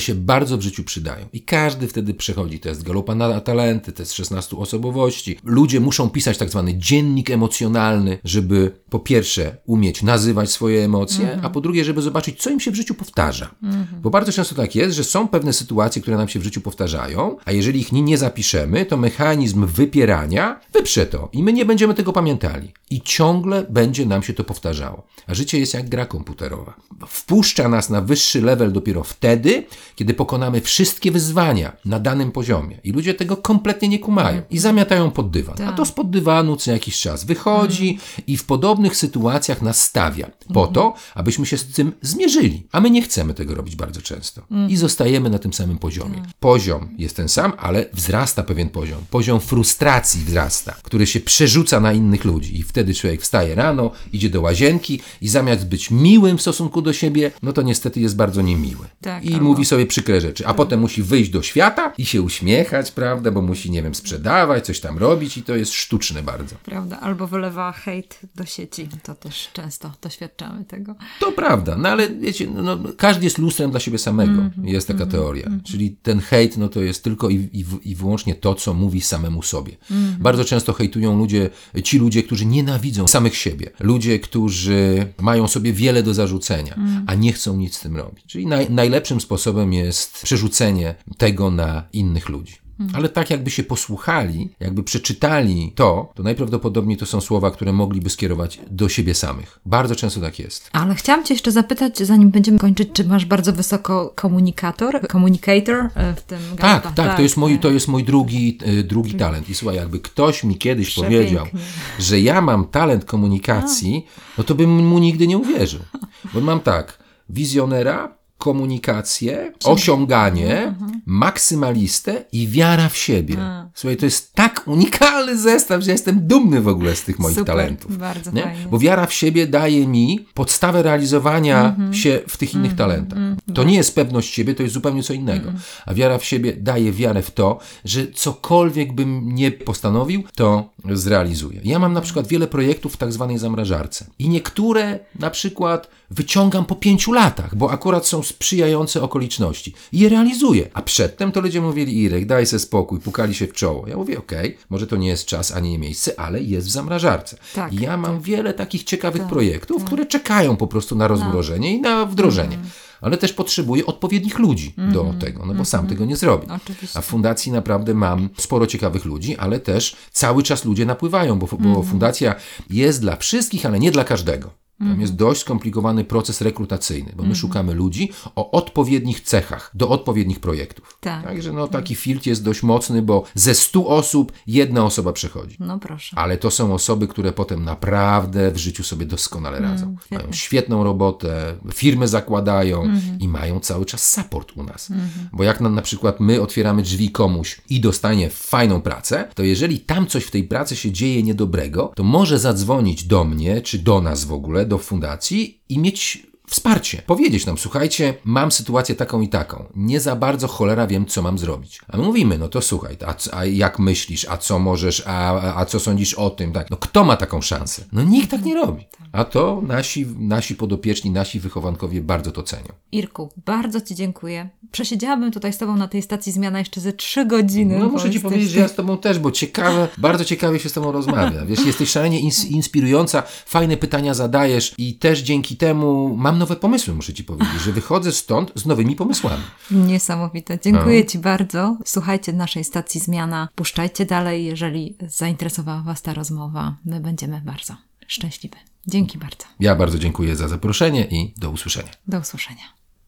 bardzo w życiu przydają. I każdy wtedy przechodzi test Gallupa na talenty, test szesnastu osobowości. Ludzie muszą pisać tak zwany dziennik emocjonalny, żeby po pierwsze umieć nazywać swoje emocje, mm-hmm. a po drugie, żeby zobaczyć, co im się w życiu powtarza. Mm-hmm. Bo bardzo często tak jest, że są pewne sytuacje, które nam się w życiu powtarzają, a jeżeli ich nie, nie zapiszemy, to mechanizm wypierania wyprze to i my nie będziemy tego pamiętali. I ciągle będzie nam się to powtarzało. A życie jest jak gra komputerowa. Wpuszcza nas na wyższy level dopiero wtedy, kiedy pokonamy wszystkie wyzwania na danym poziomie. I ludzie tego kompletnie nie kumają. I zamiatają pod dywan. Tak. A to spod dywanu co jakiś czas wychodzi mm. i w podobnych sytuacjach nas stawia. Po mm. to, abyśmy się z tym zmierzyli. A my nie chcemy tego robić bardzo często. Mm. I zostajemy na tym samym poziomie. Tak. Poziom jest ten sam, ale wzrasta pewien poziom. Poziom frustracji wzrasta, który się przerzuca na innych ludzi. I wtedy człowiek wstaje rano, idzie do łazienki i zamiast być miłym w stosunku do siebie, no to niestety jest bardzo niemiły. Tak, I albo... mówi sobie przykre rzeczy. A tak. potem musi wyjść do świata i się uśmiechać, prawda, bo musi, nie wiem, sprzedawać, coś tam robić i to jest sztuczne bardzo. Prawda, albo wylewa hejt do sieci. To też często doświadczamy tego. To prawda, no ale wiecie, no, każdy jest lustrem dla siebie samego. Mm-hmm. Jest taka mm-hmm. teoria. Mm-hmm. Czyli ten hejt, no to jest tylko i, i, i wyłącznie to, co mówi samemu sobie. Mm-hmm. Bardzo często hejtują ludzie, ci ludzie, którzy nienawidzą samych siebie. Ludzie, którzy mają sobie wiele do zarzucenia, mm. a nie chcą nic z tym robić. Czyli naj, najlepszym sposobem jest przerzucenie tego na innych ludzi. Hmm. Ale tak jakby się posłuchali, jakby przeczytali to, to najprawdopodobniej to są słowa, które mogliby skierować do siebie samych. Bardzo często tak jest. Ale chciałam Cię jeszcze zapytać, zanim będziemy kończyć, czy masz bardzo wysoko komunikator, communicator w tym tak, tak, tak, to jest mój, to jest mój drugi, y, drugi talent. I słuchaj, jakby ktoś mi kiedyś Przepięknie. powiedział, że ja mam talent komunikacji, no to bym mu nigdy nie uwierzył. Bo mam tak, wizjonera, komunikację, osiąganie, uh-huh. maksymalistę i wiara w siebie. Uh. Słuchaj, to jest tak unikalny zestaw, że jestem dumny w ogóle z tych moich Super, talentów. Bardzo nie? fajnie. Bo wiara w siebie daje mi podstawę realizowania uh-huh. się w tych innych uh-huh. talentach. Uh-huh. To nie jest pewność siebie, to jest zupełnie co innego. Uh-huh. A wiara w siebie daje wiarę w to, że cokolwiek bym nie postanowił, to zrealizuję. Ja mam na przykład wiele projektów w tak zwanej zamrażarce. I niektóre na przykład wyciągam po pięciu latach, bo akurat są sprzyjające okoliczności. I je realizuję. A przedtem to ludzie mówili, Irek, daj sobie spokój, pukali się w czoło. Ja mówię, okej, okay, może to nie jest czas, ani nie miejsce, ale jest w zamrażarce. Tak, I ja mam tak. wiele takich ciekawych tak, projektów, tak. które czekają po prostu na rozmrożenie no. i na wdrożenie. Mm. Ale też potrzebuję odpowiednich ludzi mm. do tego, no bo mm-hmm. sam tego nie zrobię. Oczywiście. A w fundacji naprawdę mam sporo ciekawych ludzi, ale też cały czas ludzie napływają, bo, mm. bo fundacja jest dla wszystkich, ale nie dla każdego. Tam jest dość skomplikowany proces rekrutacyjny, bo my mm-hmm. szukamy ludzi o odpowiednich cechach do odpowiednich projektów. Tak. Także no, taki filtr jest dość mocny, bo ze stu osób jedna osoba przechodzi. No proszę. Ale to są osoby, które potem naprawdę w życiu sobie doskonale radzą. Mm, mają świetną robotę, firmy zakładają mm-hmm. i mają cały czas support u nas. Mm-hmm. Bo jak na, na przykład my otwieramy drzwi komuś i dostanie fajną pracę, to jeżeli tam coś w tej pracy się dzieje niedobrego, to może zadzwonić do mnie, czy do nas w ogóle, do fundacji i mieć wsparcie. Powiedzieć nam, słuchajcie, mam sytuację taką i taką. Nie za bardzo cholera wiem, co mam zrobić. A my mówimy, no to słuchaj, a, a jak myślisz, a co możesz, a, a co sądzisz o tym? Tak? No kto ma taką szansę? No nikt tak nie robi. A to nasi, nasi podopieczni, nasi wychowankowie bardzo to cenią. Irku, bardzo Ci dziękuję. Przesiedziałabym tutaj z Tobą na tej stacji Zmiana jeszcze ze trzy godziny. No muszę Ci powiedzieć, ty... że ja z Tobą też, bo ciekawe, bardzo ciekawie się z Tobą rozmawia. Wiesz, jesteś szalenie ins- inspirująca, fajne pytania zadajesz i też dzięki temu mam nowe pomysły, muszę Ci powiedzieć, że wychodzę stąd z nowymi pomysłami. Niesamowite. Dziękuję no. Ci bardzo. Słuchajcie naszej stacji Zmiana. Puszczajcie dalej, jeżeli zainteresowała Was ta rozmowa. My będziemy bardzo szczęśliwi. Dzięki bardzo. Ja bardzo dziękuję za zaproszenie i do usłyszenia. Do usłyszenia.